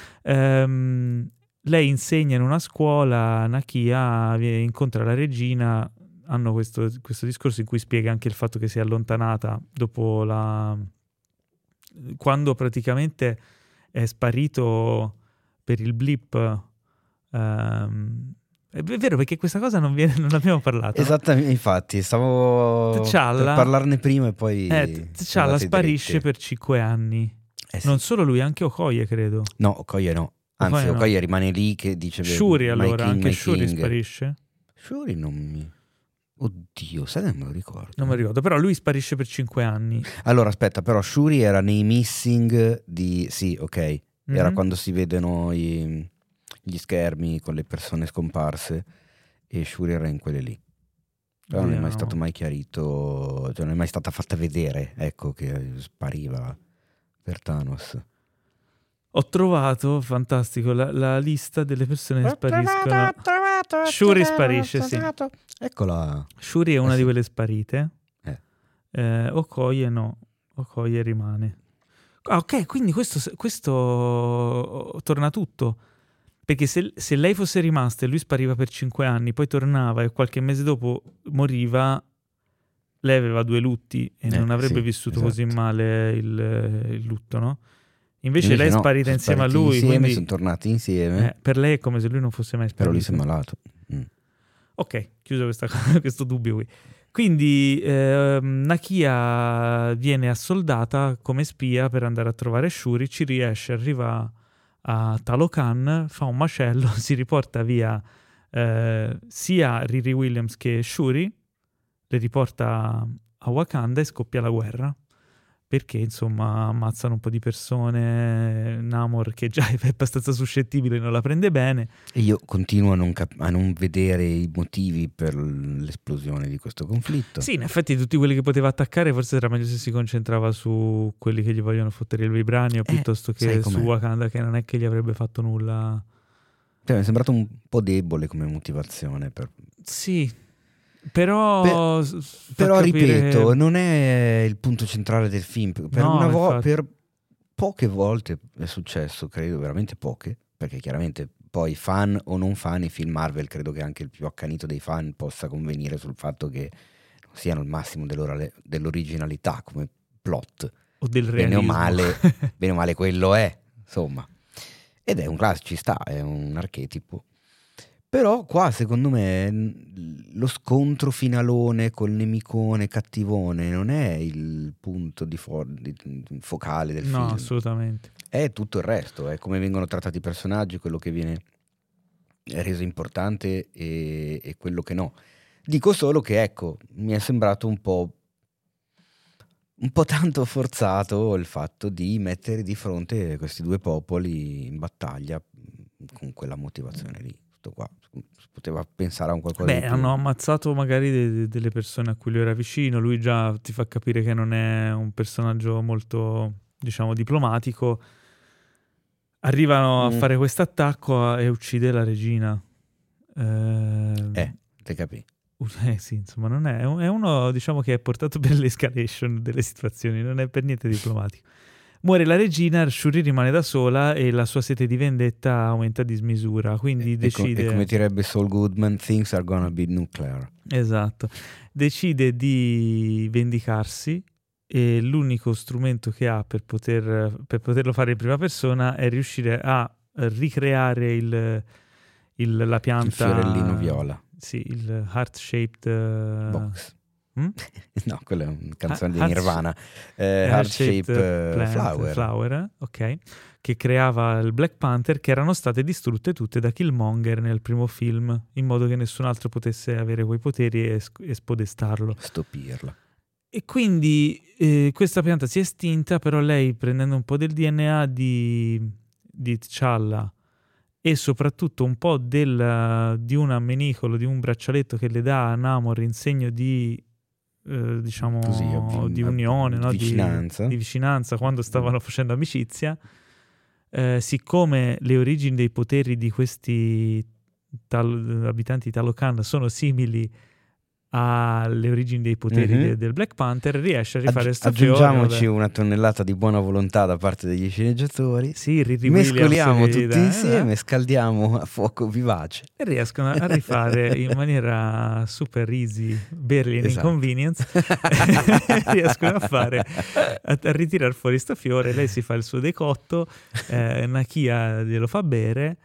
Lei insegna in una scuola, Nakia incontra la regina, hanno questo discorso in cui spiega anche il fatto che si è allontanata dopo quando praticamente è sparito per il blip. È vero, perché questa cosa non abbiamo parlato. Esattamente, no? Infatti stavo T'Challa, per parlarne prima e poi T'Challa sparisce per 5 anni. Sì. Non solo lui, anche Okoye, credo. No, Okoye no. Anzi, Okoye rimane lì che dice Shuri, allora, anche Shuri sparisce? Shuri non mi... Oddio, sai che non me lo ricordo. Non mi ricordo, però lui sparisce per 5 anni. Allora, aspetta, però Shuri era nei missing di... Sì, ok. Era quando si vedono gli schermi con le persone scomparse, e Shuri era in quelle lì. Però non è mai stato mai chiarito, cioè non è mai stata fatta vedere, ecco, che spariva per Thanos. Ho trovato, fantastico, la lista delle persone che spariscono. Shuri sparisce, sì. Eccola. Shuri è una di quelle sparite. Okoye no. Okoye rimane. Ah, ok, quindi questo torna tutto. Perché se lei fosse rimasta e lui spariva per 5 anni, poi tornava e qualche mese dopo moriva, lei aveva 2 lutti e non avrebbe vissuto così male il lutto, no? Invece lei è sparita insieme a lui. Quindi sono tornati insieme. Per lei è come se lui non fosse mai sparito. Però lui si è malato. Ok, chiuso questo dubbio qui. Quindi Nakia viene assoldata come spia per andare a trovare Shuri, ci riesce, arriva a Talokan, fa un macello, si riporta via sia Riri Williams che Shuri, le riporta a Wakanda e scoppia la guerra. Perché insomma ammazzano un po' di persone, Namor che già è abbastanza suscettibile non la prende bene. E io continuo a non vedere i motivi per l'esplosione di questo conflitto. Sì, in effetti tutti quelli che poteva attaccare forse era meglio se si concentrava su quelli che gli vogliono fottere il vibranio piuttosto che su Wakanda, che non è che gli avrebbe fatto nulla. Cioè, mi è sembrato un po' debole come motivazione. Sì, però ripeto, non è il punto centrale del film. Per poche volte è successo, credo veramente poche, perché chiaramente poi fan o non fan i film Marvel, credo che anche il più accanito dei fan possa convenire sul fatto che non siano il massimo dell'originalità come plot. O del realismo. Bene o male quello è, insomma. Ed è un classico, ci sta, è un archetipo. Però qua secondo me lo scontro finalone col nemicone cattivone non è il punto focale del film. No, assolutamente. È tutto il resto, è come vengono trattati i personaggi, quello che viene reso importante e quello che no. Dico solo che ecco, mi è sembrato un po' tanto forzato il fatto di mettere di fronte questi due popoli in battaglia con quella motivazione lì. Qua si poteva pensare a un qualcosa di più. Hanno ammazzato magari delle persone a cui lui era vicino, lui già ti fa capire che non è un personaggio molto, diciamo, diplomatico. Arrivano a fare questo attacco e uccide la regina. Te capì? Sì, insomma, non è uno, diciamo, che è portato per l'escalation delle situazioni, non è per niente diplomatico. Muore la regina, Shuri rimane da sola e la sua sete di vendetta aumenta a dismisura, quindi decide... E come direbbe Saul Goodman, things are gonna be nuclear. Esatto. Decide di vendicarsi e l'unico strumento che ha per poterlo fare in prima persona è riuscire a ricreare la pianta... Il fiorellino viola. Sì, il heart-shaped... box. No, quella è una canzone di Nirvana. Heart-shaped flower, ok, che creava il Black Panther, che erano state distrutte tutte da Killmonger nel primo film, in modo che nessun altro potesse avere quei poteri e spodestarlo, stopirla. E quindi questa pianta si è estinta, però lei, prendendo un po' del DNA di T'Challa e soprattutto un po' di un ammenicolo, di un braccialetto che le dà a Namor in segno di diciamo così, di unione, no? Vicinanza. Di vicinanza quando stavano facendo amicizia, siccome le origini dei poteri di questi abitanti Talokan sono simili alle origini dei poteri del Black Panther, riesce a rifare sto aggiungiamoci una tonnellata di buona volontà da parte degli sceneggiatori, mescoliamo tutti insieme, scaldiamo a fuoco vivace e riescono a rifare in maniera super easy, barely an inconvenience, riescono a ritirare fuori sto fiore. Lei si fa il suo decotto, Nakia glielo fa bere.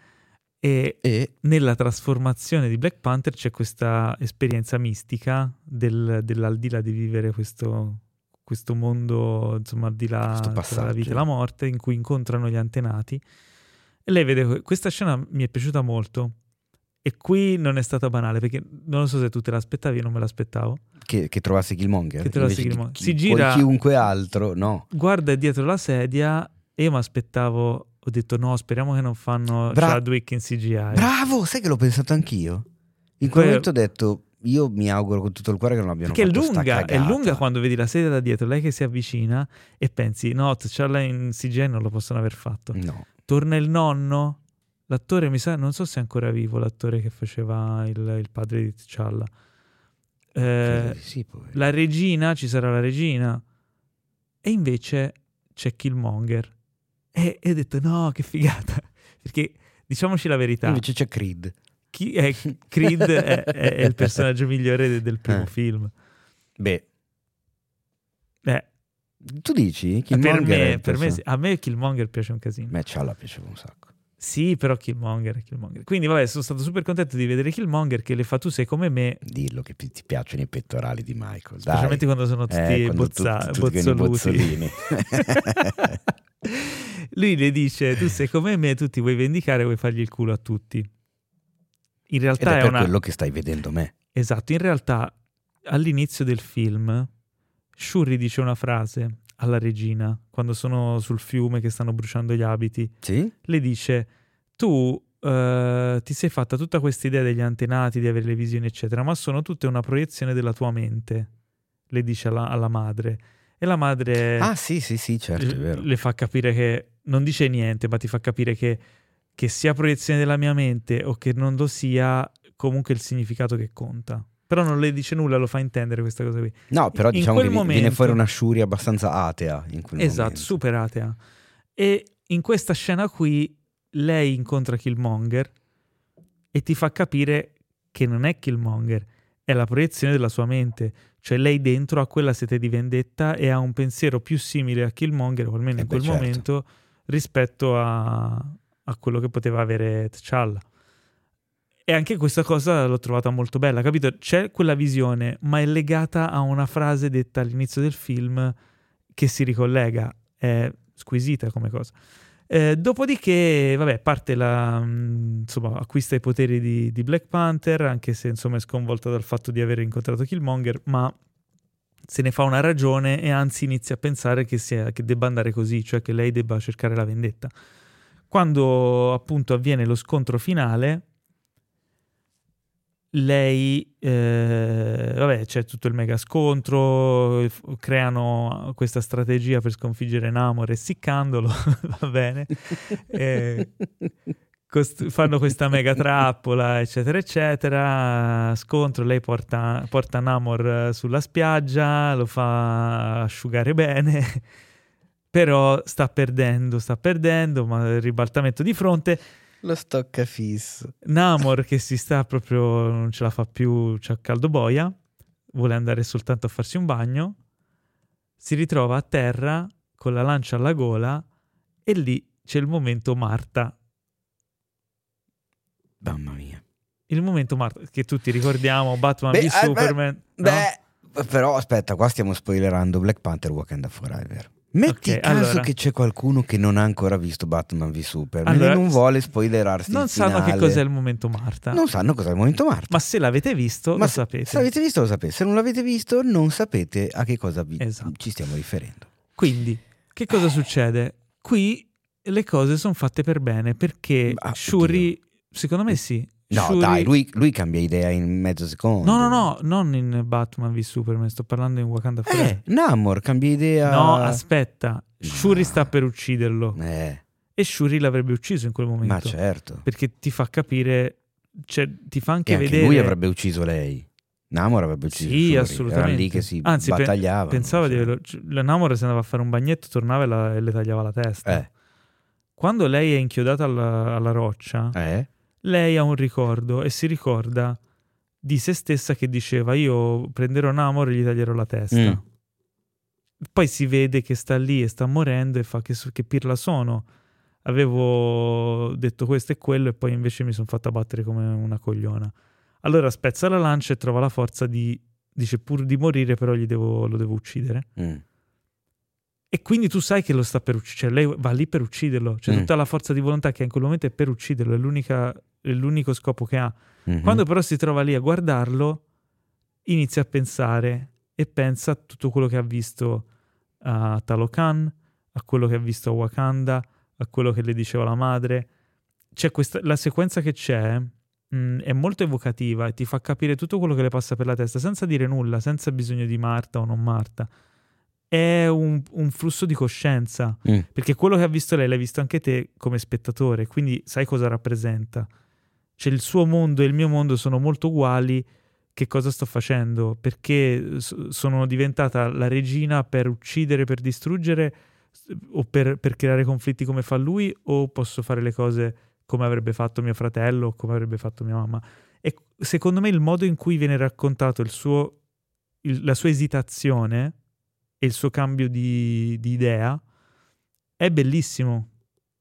E nella trasformazione di Black Panther c'è questa esperienza mistica dell'aldilà, di vivere questo mondo, insomma, al di là della vita e la morte, in cui incontrano gli antenati. E lei vede questa scena, mi è piaciuta molto, e qui non è stata banale, perché non so se tu te l'aspettavi, io non me l'aspettavo che trovassi Killmonger, si gira, chiunque altro, no, guarda dietro la sedia, e io mi aspettavo. Ho detto no, speriamo che non fanno Chadwick in CGI. Bravo, sai che l'ho pensato anch'io. In quel momento ho detto, io mi auguro con tutto il cuore che non abbiano fatto sta cagata. È lunga quando vedi la sedia da dietro, lei che si avvicina e pensi, no, T'Challa in CGI non lo possono aver fatto. No. Torna il nonno, l'attore, mi sa, non so se è ancora vivo, l'attore che faceva il padre di T'Challa. Sì, la regina, ci sarà la regina. E invece c'è Killmonger. E ho detto no, che figata, perché diciamoci la verità, invece c'è Creed. Creed è il personaggio migliore del primo film. Tu dici? Killmonger per me a me Killmonger piace un casino. A me T'Challa piaceva un sacco. Sì, però Killmonger. Quindi vabbè, sono stato super contento di vedere Killmonger, che le fa Tu sei come me. Dillo che ti piacciono i pettorali di Michael, specialmente quando sono tutti bozzolini. Lui le dice, tu sei come me, tu ti vuoi vendicare, vuoi fargli il culo a tutti. In realtà è per quello che stai vedendo me. Esatto, in realtà all'inizio del film Shuri dice una frase alla regina quando sono sul fiume che stanno bruciando gli abiti. Sì? Le dice: tu ti sei fatta tutta questa idea degli antenati, di avere le visioni eccetera, ma sono tutte una proiezione della tua mente, le dice alla madre. E la madre Ah, sì, certo, è vero. le fa capire che non dice niente, ma ti fa capire che sia proiezione della mia mente o che non lo sia, comunque il significato che conta. Però non le dice nulla, lo fa intendere questa cosa qui. No, però In diciamo che quel viene fuori momento- una Shuri abbastanza atea in quel Esatto, momento. super atea. E in questa scena qui lei incontra Killmonger e ti fa capire che non è Killmonger, è la proiezione della sua mente. Cioè lei dentro ha quella sete di vendetta e ha un pensiero più simile a Killmonger, o almeno in quel certo. momento, rispetto a quello che poteva avere T'Challa. E anche questa cosa l'ho trovata molto bella, capito? C'è quella visione, ma è legata a una frase detta all'inizio del film che si ricollega. È squisita come cosa. Dopodiché, vabbè, parte insomma, acquista i poteri di Black Panther, anche se insomma è sconvolta dal fatto di aver incontrato Killmonger, ma se ne fa una ragione e anzi inizia a pensare che debba andare così, cioè che lei debba cercare la vendetta. Quando appunto avviene lo scontro finale, lei, vabbè, c'è tutto il mega scontro, creano questa strategia per sconfiggere Namor essiccandolo, va bene, fanno questa mega trappola, eccetera, eccetera, scontro, lei porta Namor sulla spiaggia, lo fa asciugare bene, però sta perdendo, ma il ribaltamento di fronte... Lo stoccafisso. Namor che si sta proprio, non ce la fa più, c'ha caldo boia, vuole andare soltanto a farsi un bagno, si ritrova a terra con la lancia alla gola e lì c'è il momento Marta. Mamma mia. Il momento Marta, che tutti ricordiamo, Batman v Superman. Però aspetta, qua stiamo spoilerando Black Panther Wakanda Forever. Metti caso che c'è qualcuno che non ha ancora visto Batman v Superman e non vuole spoilerarsi non il finale. sanno che cos'è il momento Marta. Non sanno cos'è il momento Marta. Ma se l'avete visto, lo sapete. Se l'avete visto, lo sapete. Se non l'avete visto, non sapete a che cosa Esatto. ci stiamo riferendo. Quindi, che cosa succede? Qui le cose sono fatte per bene, perché Shuri, secondo me sì. No, Shuri... dai, lui cambia idea in mezzo secondo. No, non in Batman v Superman, sto parlando in Wakanda Forever. Namor cambia idea. No, aspetta, Shuri sta per ucciderlo. E Shuri l'avrebbe ucciso in quel momento. Ma certo. Perché ti fa capire, cioè ti fa anche vedere... lui avrebbe ucciso lei. Namor avrebbe ucciso Shuri. Assolutamente. Era lì che si battagliava. Pensava la Namor se andava a fare un bagnetto, tornava e le tagliava la testa. Quando lei è inchiodata alla roccia... lei ha un ricordo e si ricorda di se stessa che diceva: io prenderò Namor e gli taglierò la testa. Poi si vede che sta lì e sta morendo e fa che pirla sono. Avevo detto questo e quello e poi invece mi sono fatta battere come una cogliona. Allora spezza la lancia e trova la forza dice pur di morire però lo devo uccidere. E quindi tu sai che lo sta per uccidere, cioè lei va lì per ucciderlo, cioè tutta la forza di volontà che ha in quel momento è per ucciderlo, è l'unico scopo che ha. Quando però si trova lì a guardarlo, inizia a pensare e pensa a tutto quello che ha visto a Talokan, a quello che ha visto a Wakanda, a quello che le diceva la madre. C'è la sequenza che c'è è molto evocativa e ti fa capire tutto quello che le passa per la testa senza dire nulla, senza bisogno di Marta o non Marta. È un flusso di coscienza, perché quello che ha visto lei l'hai visto anche te come spettatore, quindi sai cosa rappresenta. Cioè il suo mondo e il mio mondo sono molto uguali. Che cosa sto facendo? Perché sono diventata la regina per uccidere, per distruggere, o per creare conflitti come fa lui, o posso fare le cose come avrebbe fatto mio fratello o come avrebbe fatto mia mamma? E secondo me il modo in cui viene raccontato la sua esitazione e il suo cambio di idea è bellissimo.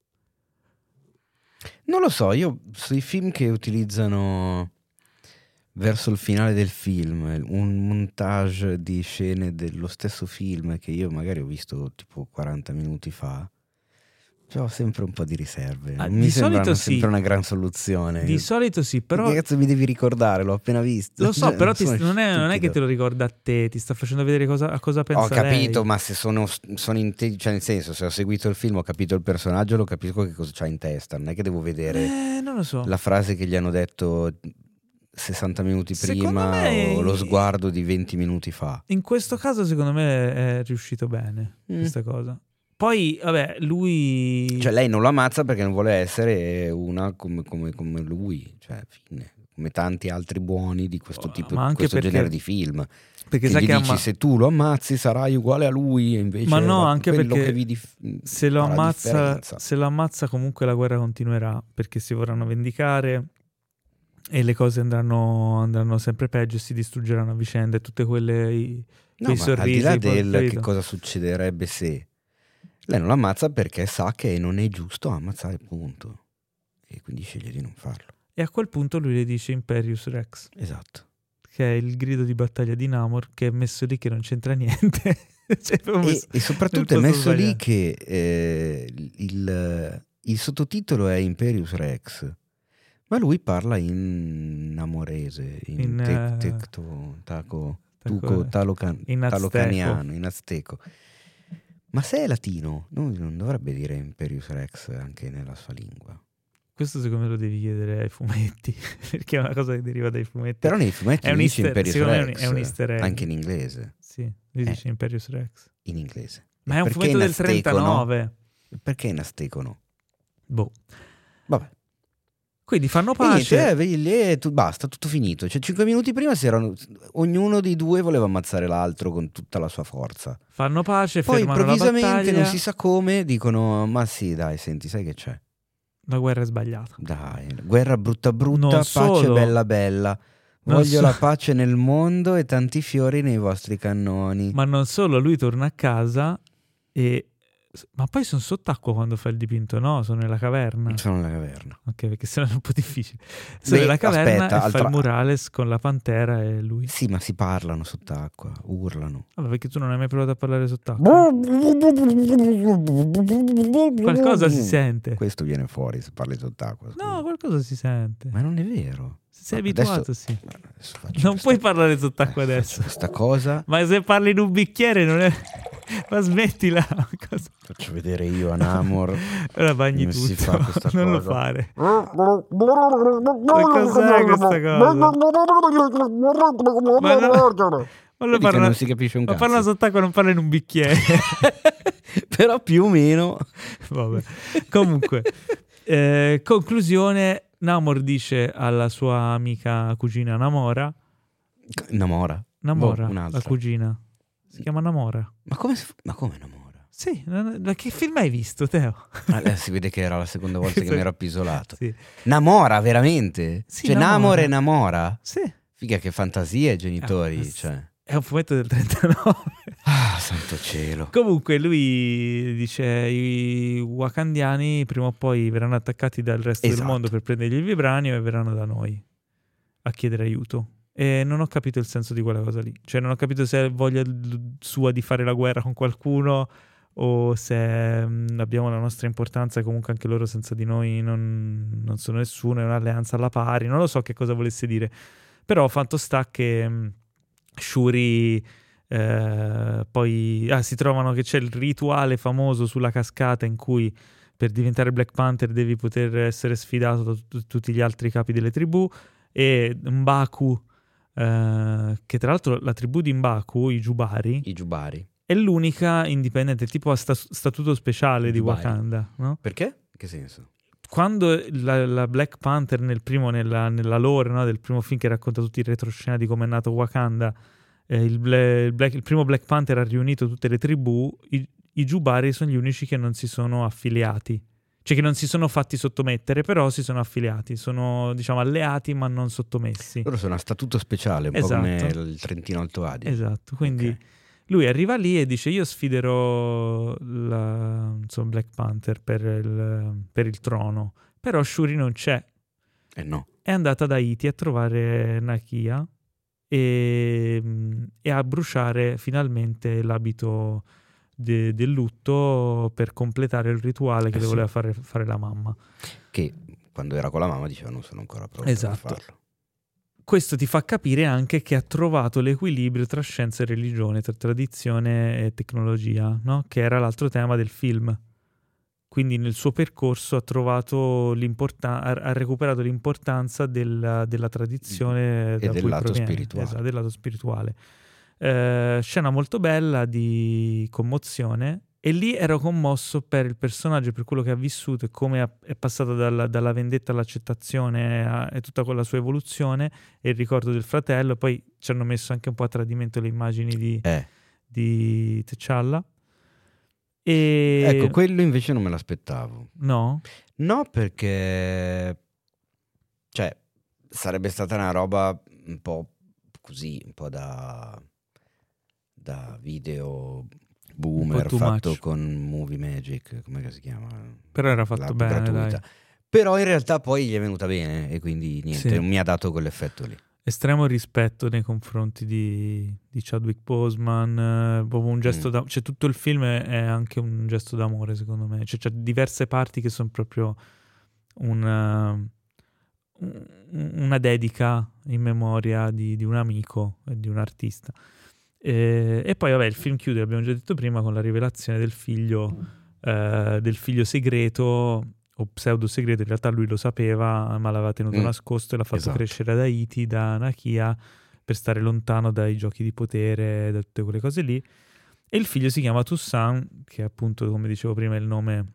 Non lo so, io sui film che utilizzano verso il finale del film un montage di scene dello stesso film che io magari ho visto tipo 40 minuti fa, C'ho sempre un po' di riserve. Ah, Mi di sembra solito sì. sempre una gran soluzione. Di solito sì, però Che cazzo mi devi ricordare? L'ho appena visto. lo so, però Sono non è che stupido. te lo ricorda a te, ti sta facendo vedere a cosa pensa Ho capito, lei. ma se sono cioè nel senso, se ho seguito il film, ho capito il personaggio, lo capisco che cosa c'ha in testa. Non è che devo vedere Non lo so. la frase che gli hanno detto 60 minuti Secondo prima me- o lo sguardo di 20 minuti fa. In questo caso, secondo me, è riuscito bene questa cosa. Poi, vabbè, lui... Cioè lei non lo ammazza perché non vuole essere una come lui, cioè fine. Come tanti altri buoni di questo tipo, Ma anche questo perché- genere di film. Perché Che sai gli che dici se tu lo ammazzi sarai uguale a lui e invece Ma no, anche quello perché che vedi se lo fa la ammazza, differenza. se lo ammazza comunque la guerra continuerà, perché si vorranno vendicare e le cose andranno sempre peggio e si distruggeranno a vicenda e tutte quei No, ma sorrisi. al di là poi, del che capito? cosa succederebbe se lei non lo ammazza perché sa che non è giusto ammazzare, punto. E quindi sceglie di non farlo. E a quel punto lui le dice Imperius Rex, Esatto. che è il grido di battaglia di Namor, che è messo lì che non c'entra niente. Cioè, proprio messo E soprattutto è nel messo posto lì sbagliato. che il sottotitolo è Imperius Rex, ma lui parla in namorese, in talocaniano, in azteco. Ma se è latino, non dovrebbe dire Imperius Rex anche nella sua lingua. Questo secondo me lo devi chiedere ai fumetti, perché è una cosa che deriva dai fumetti. Però nei fumetti È un dice easter- Imperius secondo me Rex, è un easter egg. anche in inglese. Sì, lui dice Imperius Rex. In inglese. Ma è un Perché fumetto in del azteco, 39. no? Perché in azteco no? Boh. Vabbè. Quindi fanno E pace. niente, basta, tutto finito. Cioè 5 minuti prima ognuno dei due voleva ammazzare l'altro con tutta la sua forza. Fanno pace, Poi fermano la improvvisamente, battaglia. non si sa come, dicono ma sì dai, senti, sai che c'è? La guerra è sbagliata. Dai, guerra brutta brutta, Non pace solo- bella bella. non Voglio so- la pace nel mondo e tanti fiori nei vostri cannoni. Ma non solo, lui torna a casa e... Ma poi sono sott'acqua quando fa il dipinto, no? Sono nella caverna. Sono nella caverna. Ok, perché sennò è un po' difficile. Sono Beh, nella caverna aspetta, e fa il murales con la pantera e lui. Sì, ma si parlano sott'acqua, urlano. Vabbè, perché tu non hai mai provato a parlare sott'acqua. Qualcosa si sente. Questo viene fuori se parli sott'acqua. scusa. No, qualcosa si sente. Ma non è vero. Se sei Vabbè, abituato, adesso- sì. adesso faccio Non questa- puoi parlare sott'acqua faccio adesso. questa cosa. Ma se parli in un bicchiere non è... Ma smettila. Cosa- Faccio vedere io a Namor. Ora bagni Come si tutto. fa questa Non lo cosa? fare. Ma cos'è questa cosa? Ma no. Ma lui Vedi che parla... non si capisce un Ma cazzo. parla sott'acqua, non parla in un bicchiere. Però più o meno. Vabbè. Comunque, conclusione, Namor dice alla sua amica cugina Namora, Namora. Namora, Boh, un'altra. la cugina, si chiama Namora. Ma come Namora? Sì, ma che film hai visto, Teo? Si vede che era la seconda volta che mi ero appisolato. Sì. Namora, veramente? Sì, Cioè Namora. Namor e Namora? Sì. Figa, che fantasia, genitori. Eh, Cioè. È un fumetto del 39. Ah, santo cielo. Comunque lui dice i wakandiani prima o poi verranno attaccati dal resto del Esatto. mondo per prendergli il vibranio e verranno da noi a chiedere aiuto. E non ho capito il senso di quella cosa lì. Cioè non ho capito se è voglia sua di fare la guerra con qualcuno o se abbiamo la nostra importanza e comunque anche loro senza di noi non sono nessuno, è un'alleanza alla pari. Non lo so che cosa volesse dire. Però fatto sta che Shuri poi si trovano che c'è il rituale famoso sulla cascata in cui per diventare Black Panther devi poter essere sfidato da tutti gli altri capi delle tribù, e M'Baku, che tra l'altro la tribù di M'Baku, i Jubari, è l'unica indipendente, tipo a statuto speciale di Jubari. Wakanda, no? Perché? In che senso? Quando la Black Panther nella lore, no, del primo film che racconta tutti i retroscena di come è nato Wakanda, il primo Black Panther ha riunito tutte le tribù, i Jubari sono gli unici che non si sono affiliati, cioè che non si sono fatti sottomettere, però si sono affiliati, sono diciamo alleati ma non sottomessi. Loro sono a statuto speciale, un Esatto. po' come il Trentino Alto Adige. Esatto, quindi Ok. lui arriva lì e dice io sfiderò Black Panther per il trono, però Shuri non c'è, No. è andata da Haiti a trovare Nakia e a bruciare finalmente l'abito del lutto per completare il rituale che le sì. voleva fare la mamma. Che quando era con la mamma diceva non sono ancora pronto Esatto. per farlo. Questo ti fa capire anche che ha trovato l'equilibrio tra scienza e religione, tra tradizione e tecnologia, no? Che era l'altro tema del film. Quindi nel suo percorso ha trovato ha recuperato l'importanza della tradizione E da del cui lato proviene. spirituale. Esatto, del lato spirituale. Scena molto bella di commozione, e lì ero commosso per il personaggio, per quello che ha vissuto e come è passato dalla vendetta all'accettazione e tutta quella sua evoluzione, e il ricordo del fratello. Poi ci hanno messo anche un po' a tradimento le immagini di T'Challa. Ecco, quello invece non me l'aspettavo. No? No, perché cioè sarebbe stata una roba un po' così, un po' da video boomer too fatto much. con Movie Magic, come si chiama? Però era fatto L'app bene, gratuita. dai. Però in realtà poi gli è venuta bene e quindi niente, Sì. non mi ha dato quell'effetto lì. Estremo rispetto nei confronti di Chadwick Boseman, proprio un gesto cioè tutto il film è anche un gesto d'amore, secondo me. Cioè, c'è diverse parti che sono proprio una dedica in memoria di un amico e di un artista. E poi vabbè, il film chiude, l'abbiamo già detto prima, con la rivelazione del figlio segreto o pseudo segreto. In realtà lui lo sapeva, ma l'aveva tenuto nascosto e l'ha fatto crescere da Haiti, da Nakia, per stare lontano dai giochi di potere, da tutte quelle cose lì. E il figlio si chiama Toussaint, che è appunto, come dicevo prima, il nome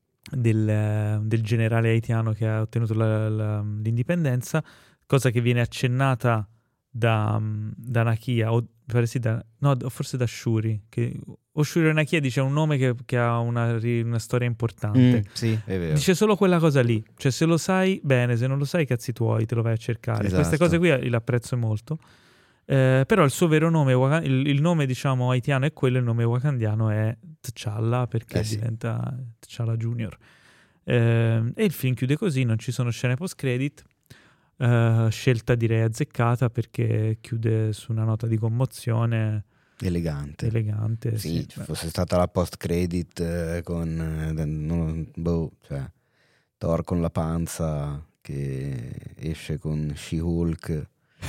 del generale haitiano che ha ottenuto l'indipendenza, cosa che viene accennata da Nakia, o forse da Shuri, o Shuri o Nakia dice un nome che ha una storia importante. Sì, è vero. Dice solo quella cosa lì, cioè se lo sai bene, se non lo sai cazzi tuoi, te lo vai a cercare. Esatto. Queste cose qui le apprezzo molto. Però il suo vero nome, il nome diciamo haitiano è quello, il nome wakandiano è T'Challa, perché diventa T'Challa Junior. E il film chiude così, non ci sono scene post-credit. Scelta direi azzeccata, perché chiude su una nota di commozione elegante. Sì, fosse stata la post credit con cioè Thor con la panza che esce con She-Hulk.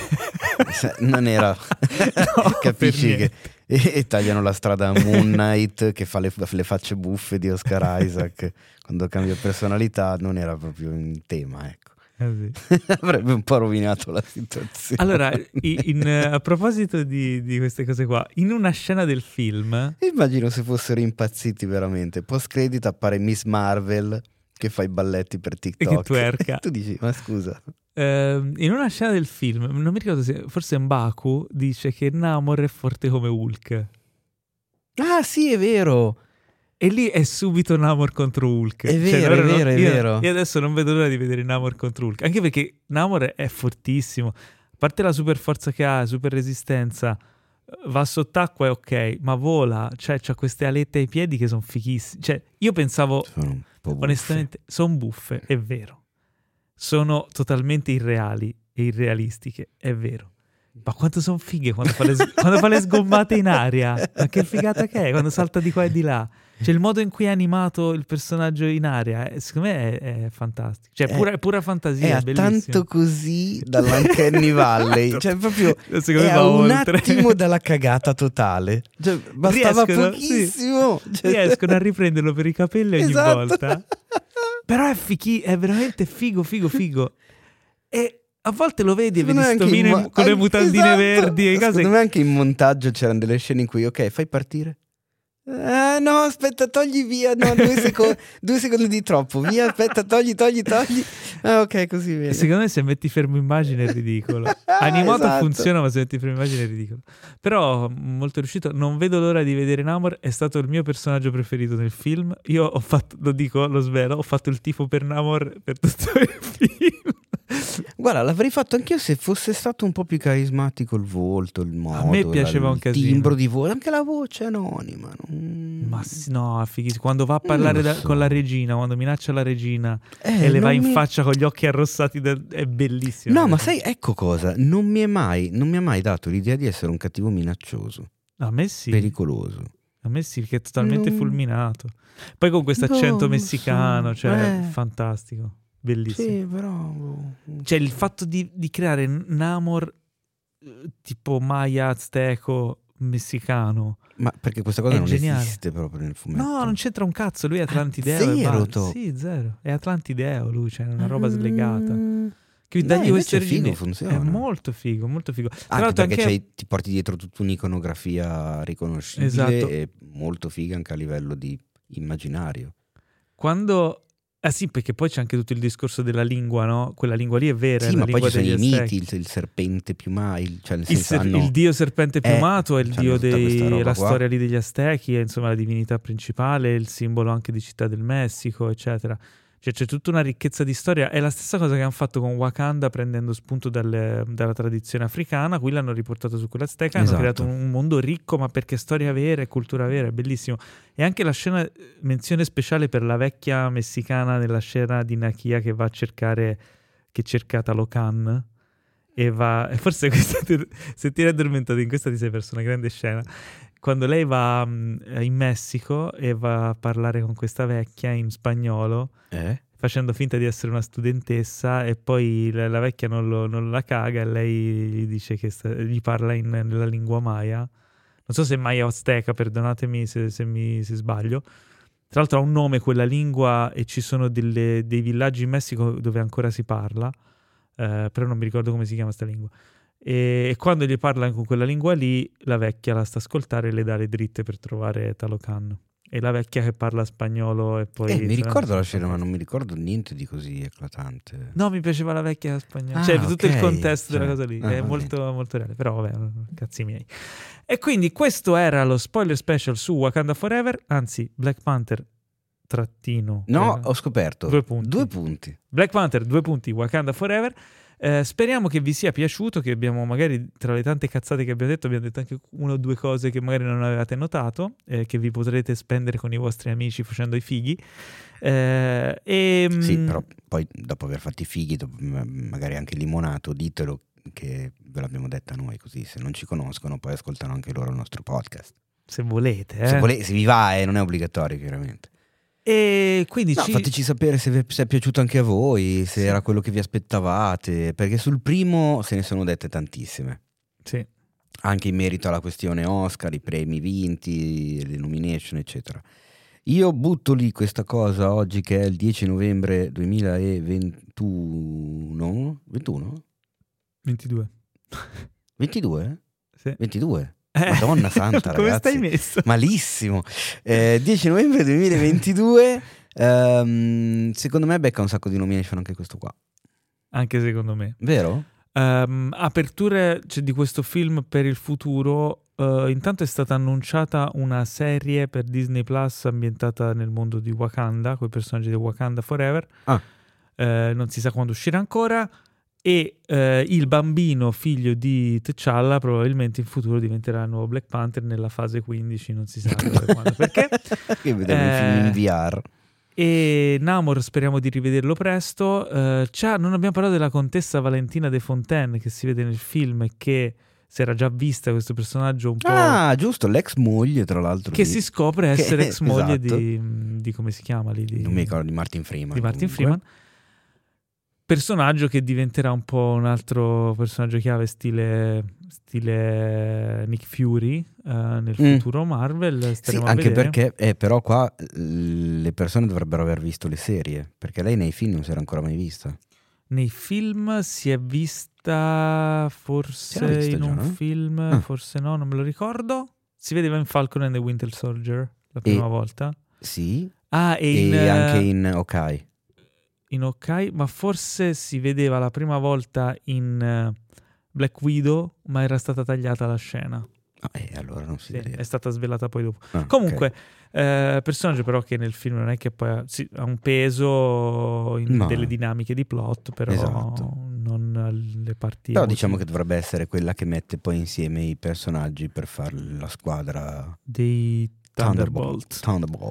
Non era capisci che e tagliano la strada a Moon Knight che fa le facce buffe di Oscar Isaac quando cambia personalità, non era proprio in tema, ecco. Sì. Avrebbe un po' rovinato la situazione. Allora, a proposito di queste cose qua, in una scena del film, immagino se fossero impazziti veramente. Post credit appare Miss Marvel che fa i balletti per TikTok e che twerka. Tu dici, ma scusa, in una scena del film, non mi ricordo se forse M'Baku dice che Namor è forte come Hulk. Ah sì, è vero. E lì è subito Namor contro Hulk. È vero, è vero. Io adesso non vedo l'ora di vedere Namor contro Hulk, anche perché Namor è fortissimo. A parte la super forza che ha, super resistenza, va sott'acqua è ok, ma vola, cioè c'ha queste alette ai piedi che sono fighissime. Cioè io pensavo, onestamente, sono buffe, è vero. Sono totalmente irreali e irrealistiche, è vero. Ma quanto sono fighe quando fa le sgommate in aria. Ma che figata che è quando salta di qua e di là. Cioè il modo in cui è animato il personaggio in aria, secondo me è fantastico. Cioè pura fantasia, è bellissimo. tanto così dall'Uncanny Valley. Cioè proprio secondo è me un oltre. Attimo dalla cagata totale. Cioè, bastava pochissimo. Sì. Cioè, riescono a riprenderlo per i capelli ogni esatto. volta. Però è veramente figo. E a volte lo vedi e vedi sto mino con le mutandine verdi e cose. Secondo me anche in montaggio c'erano delle scene in cui fai partire. No, aspetta, togli via. No, 2 secondi di troppo. Via, aspetta, togli. Ok, così viene. Secondo me se metti fermo immagine è ridicolo. Animato esatto. funziona, ma se metti fermo immagine è ridicolo. Però molto riuscito. Non vedo l'ora di vedere Namor. È stato il mio personaggio preferito nel film. Io ho fatto, lo svelo, ho fatto il tifo per Namor per tutto il film. Guarda, l'avrei fatto anch'io se fosse stato un po' più carismatico il volto, il modo. A me piaceva un casino. Il timbro di voce, anche la voce anonima. Ma no, fighissimo. Quando va a parlare con la regina, quando minaccia la regina e le va in faccia con gli occhi arrossati, è bellissimo. No, ma sai, ecco cosa, non mi ha mai dato l'idea di essere un cattivo minaccioso. A me sì. Pericoloso. A me sì, che è totalmente fulminato. Poi con questo accento messicano, cioè fantastico, bellissimo. Sì, però... Cioè il fatto di creare Namor tipo Maya, azteco, messicano. Ma perché questa cosa È non geniale. esiste proprio nel fumetto? No, non c'entra un cazzo, lui è Atlantideo. zero, Sì, zero. È Atlantideo lui, cioè è una roba slegata. Quindi dagli invece queste è figo, origini funziona. è molto figo, molto figo. Tra Anche l'altro perché ti porti dietro tutta un'iconografia riconoscibile Esatto. e molto figa anche a livello di immaginario. quando... Ah sì, perché poi c'è anche tutto il discorso della lingua, no? Quella lingua lì è vera, Sì, è la ma poi lingua ci sono degli i Aztechi. miti, il serpente piumato, cioè nel senso Il dio serpente piumato è il c'hanno dio tutta questa roba la qua. storia lì degli Aztechi, è insomma la divinità principale, il simbolo anche di Città del Messico, eccetera. Cioè c'è tutta una ricchezza di storia. È la stessa cosa che hanno fatto con Wakanda, prendendo spunto dalla tradizione africana. Qui l'hanno riportato su quella azteca, hanno Esatto. creato un mondo ricco, ma perché è storia vera e cultura vera, è bellissimo. E anche la scena, menzione speciale per la vecchia messicana nella scena di Nakia che va a cercare, che cerca Talocan. E va, e forse questa se ti eri addormentato in questa ti sei perso una grande scena. Quando lei va in Messico e va a parlare con questa vecchia in spagnolo, facendo finta di essere una studentessa, e poi la vecchia non la caga e lei gli dice che gli parla nella lingua maya. Non so se è maya o azteca, perdonatemi se sbaglio. Tra l'altro ha un nome quella lingua e ci sono dei villaggi in Messico dove ancora si parla, però non mi ricordo come si chiama sta lingua. E quando gli parla con quella lingua lì, la vecchia la sta a ascoltare e le dà le dritte per trovare Talocan. E la vecchia che parla spagnolo e poi... mi ricordo la scena, ma non mi ricordo niente di così eclatante. No, mi piaceva la vecchia spagnola. Cioè, tutto il contesto della cosa lì. È va molto, molto reale. Però, vabbè, cazzi miei. E quindi questo era lo spoiler special su Wakanda Forever. Anzi, Black Panther trattino. No, ho scoperto. 2 punti. 2 punti. Black Panther, 2 punti, Wakanda Forever. Speriamo che vi sia piaciuto, che abbiamo magari tra le tante cazzate che abbiamo detto anche una o due cose che magari non avevate notato, che vi potrete spendere con i vostri amici facendo i fighi. Sì, però poi dopo aver fatto i fighi, magari anche limonato, ditelo che ve l'abbiamo detta noi, così se non ci conoscono poi ascoltano anche loro il nostro podcast. Se volete. Se vi va, non è obbligatorio chiaramente. E quindi fateci sapere se è piaciuto anche a voi, se era quello che vi aspettavate, perché sul primo se ne sono dette tantissime. Sì. Anche in merito alla questione Oscar, i premi vinti, le nomination, eccetera. Io butto lì questa cosa oggi che è il 10 novembre 2021. 21? 22. 22? Sì. 22? Madonna santa, come ragazzi. stai messo? Malissimo. 10 novembre 2022. Secondo me becca un sacco di nomination anche questo qua. Anche secondo me. Vero? Aperture di questo film per il futuro. Intanto è stata annunciata una serie per Disney Plus ambientata nel mondo di Wakanda, con i personaggi di Wakanda Forever. Non si sa quando uscirà ancora. E il bambino figlio di T'Challa probabilmente in futuro diventerà il nuovo Black Panther nella fase 15, non si sa quando, perché che vedremo il film in VR. E Namor speriamo di rivederlo presto. Non abbiamo parlato della contessa Valentina de Fontaine che si vede nel film e che si era già vista questo personaggio un po'... giusto, l'ex moglie tra l'altro. Che si scopre essere ex moglie esatto. di come si chiama lì? Non mi ricordo, di Martin Freeman. Di Martin Freeman. Personaggio che diventerà un po' un altro personaggio chiave stile Nick Fury nel futuro Marvel. Sì, anche perché però qua le persone dovrebbero aver visto le serie, perché lei nei film non si era ancora mai vista. Nei film si è vista forse in un film, forse no, non me lo ricordo. Si vedeva in Falcon and the Winter Soldier la prima volta. Sì. E anche in Hawkeye. In Hawkeye, ma forse si vedeva la prima volta in Black Widow, ma era stata tagliata la scena. Allora non si vedeva. È stata svelata poi dopo. Comunque, personaggio però che nel film non è che poi ha un peso in delle dinamiche di plot, però non le parti. Però diciamo che dovrebbe essere quella che mette poi insieme i personaggi per fare la squadra dei Thunderbolts.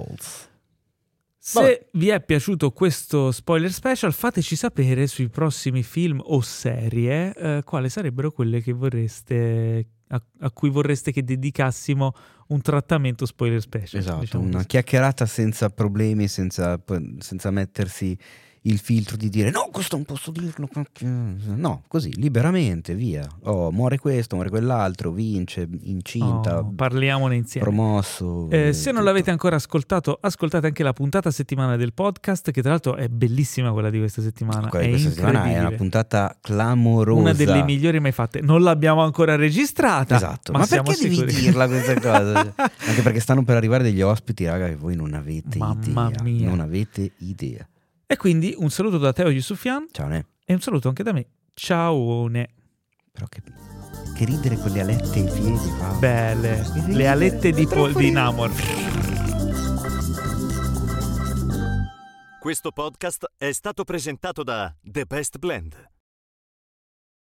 Se vi è piaciuto questo spoiler special, fateci sapere sui prossimi film o serie quali sarebbero quelle che vorreste a cui vorreste che dedicassimo un trattamento spoiler special. Esatto, diciamo una così. chiacchierata senza problemi, senza mettersi il filtro di dire no, questo non posso dirlo, no, così, liberamente, via. Oh, muore questo, muore quell'altro, vince, incinta, Parliamone insieme. promosso. Se non tutto. l'avete ancora ascoltato, ascoltate anche la puntata settimanale del podcast, che tra l'altro è bellissima quella di questa settimana. Quella è di questa settimana è una incredibile. puntata clamorosa. Una delle migliori mai fatte. Non l'abbiamo ancora registrata. Esatto, ma siamo perché devi sicuri. dirla questa cosa? Anche perché stanno per arrivare degli ospiti, raga, che voi non avete Mamma idea. mia. Non avete idea. E quindi un saluto da Teo Yusufian Ciao, ne. e un saluto anche da me. Ciao. Però che ridere quelle alette ai piedi, va. Belle. Le alette di Namor. Questo podcast è stato presentato da The Best Blend.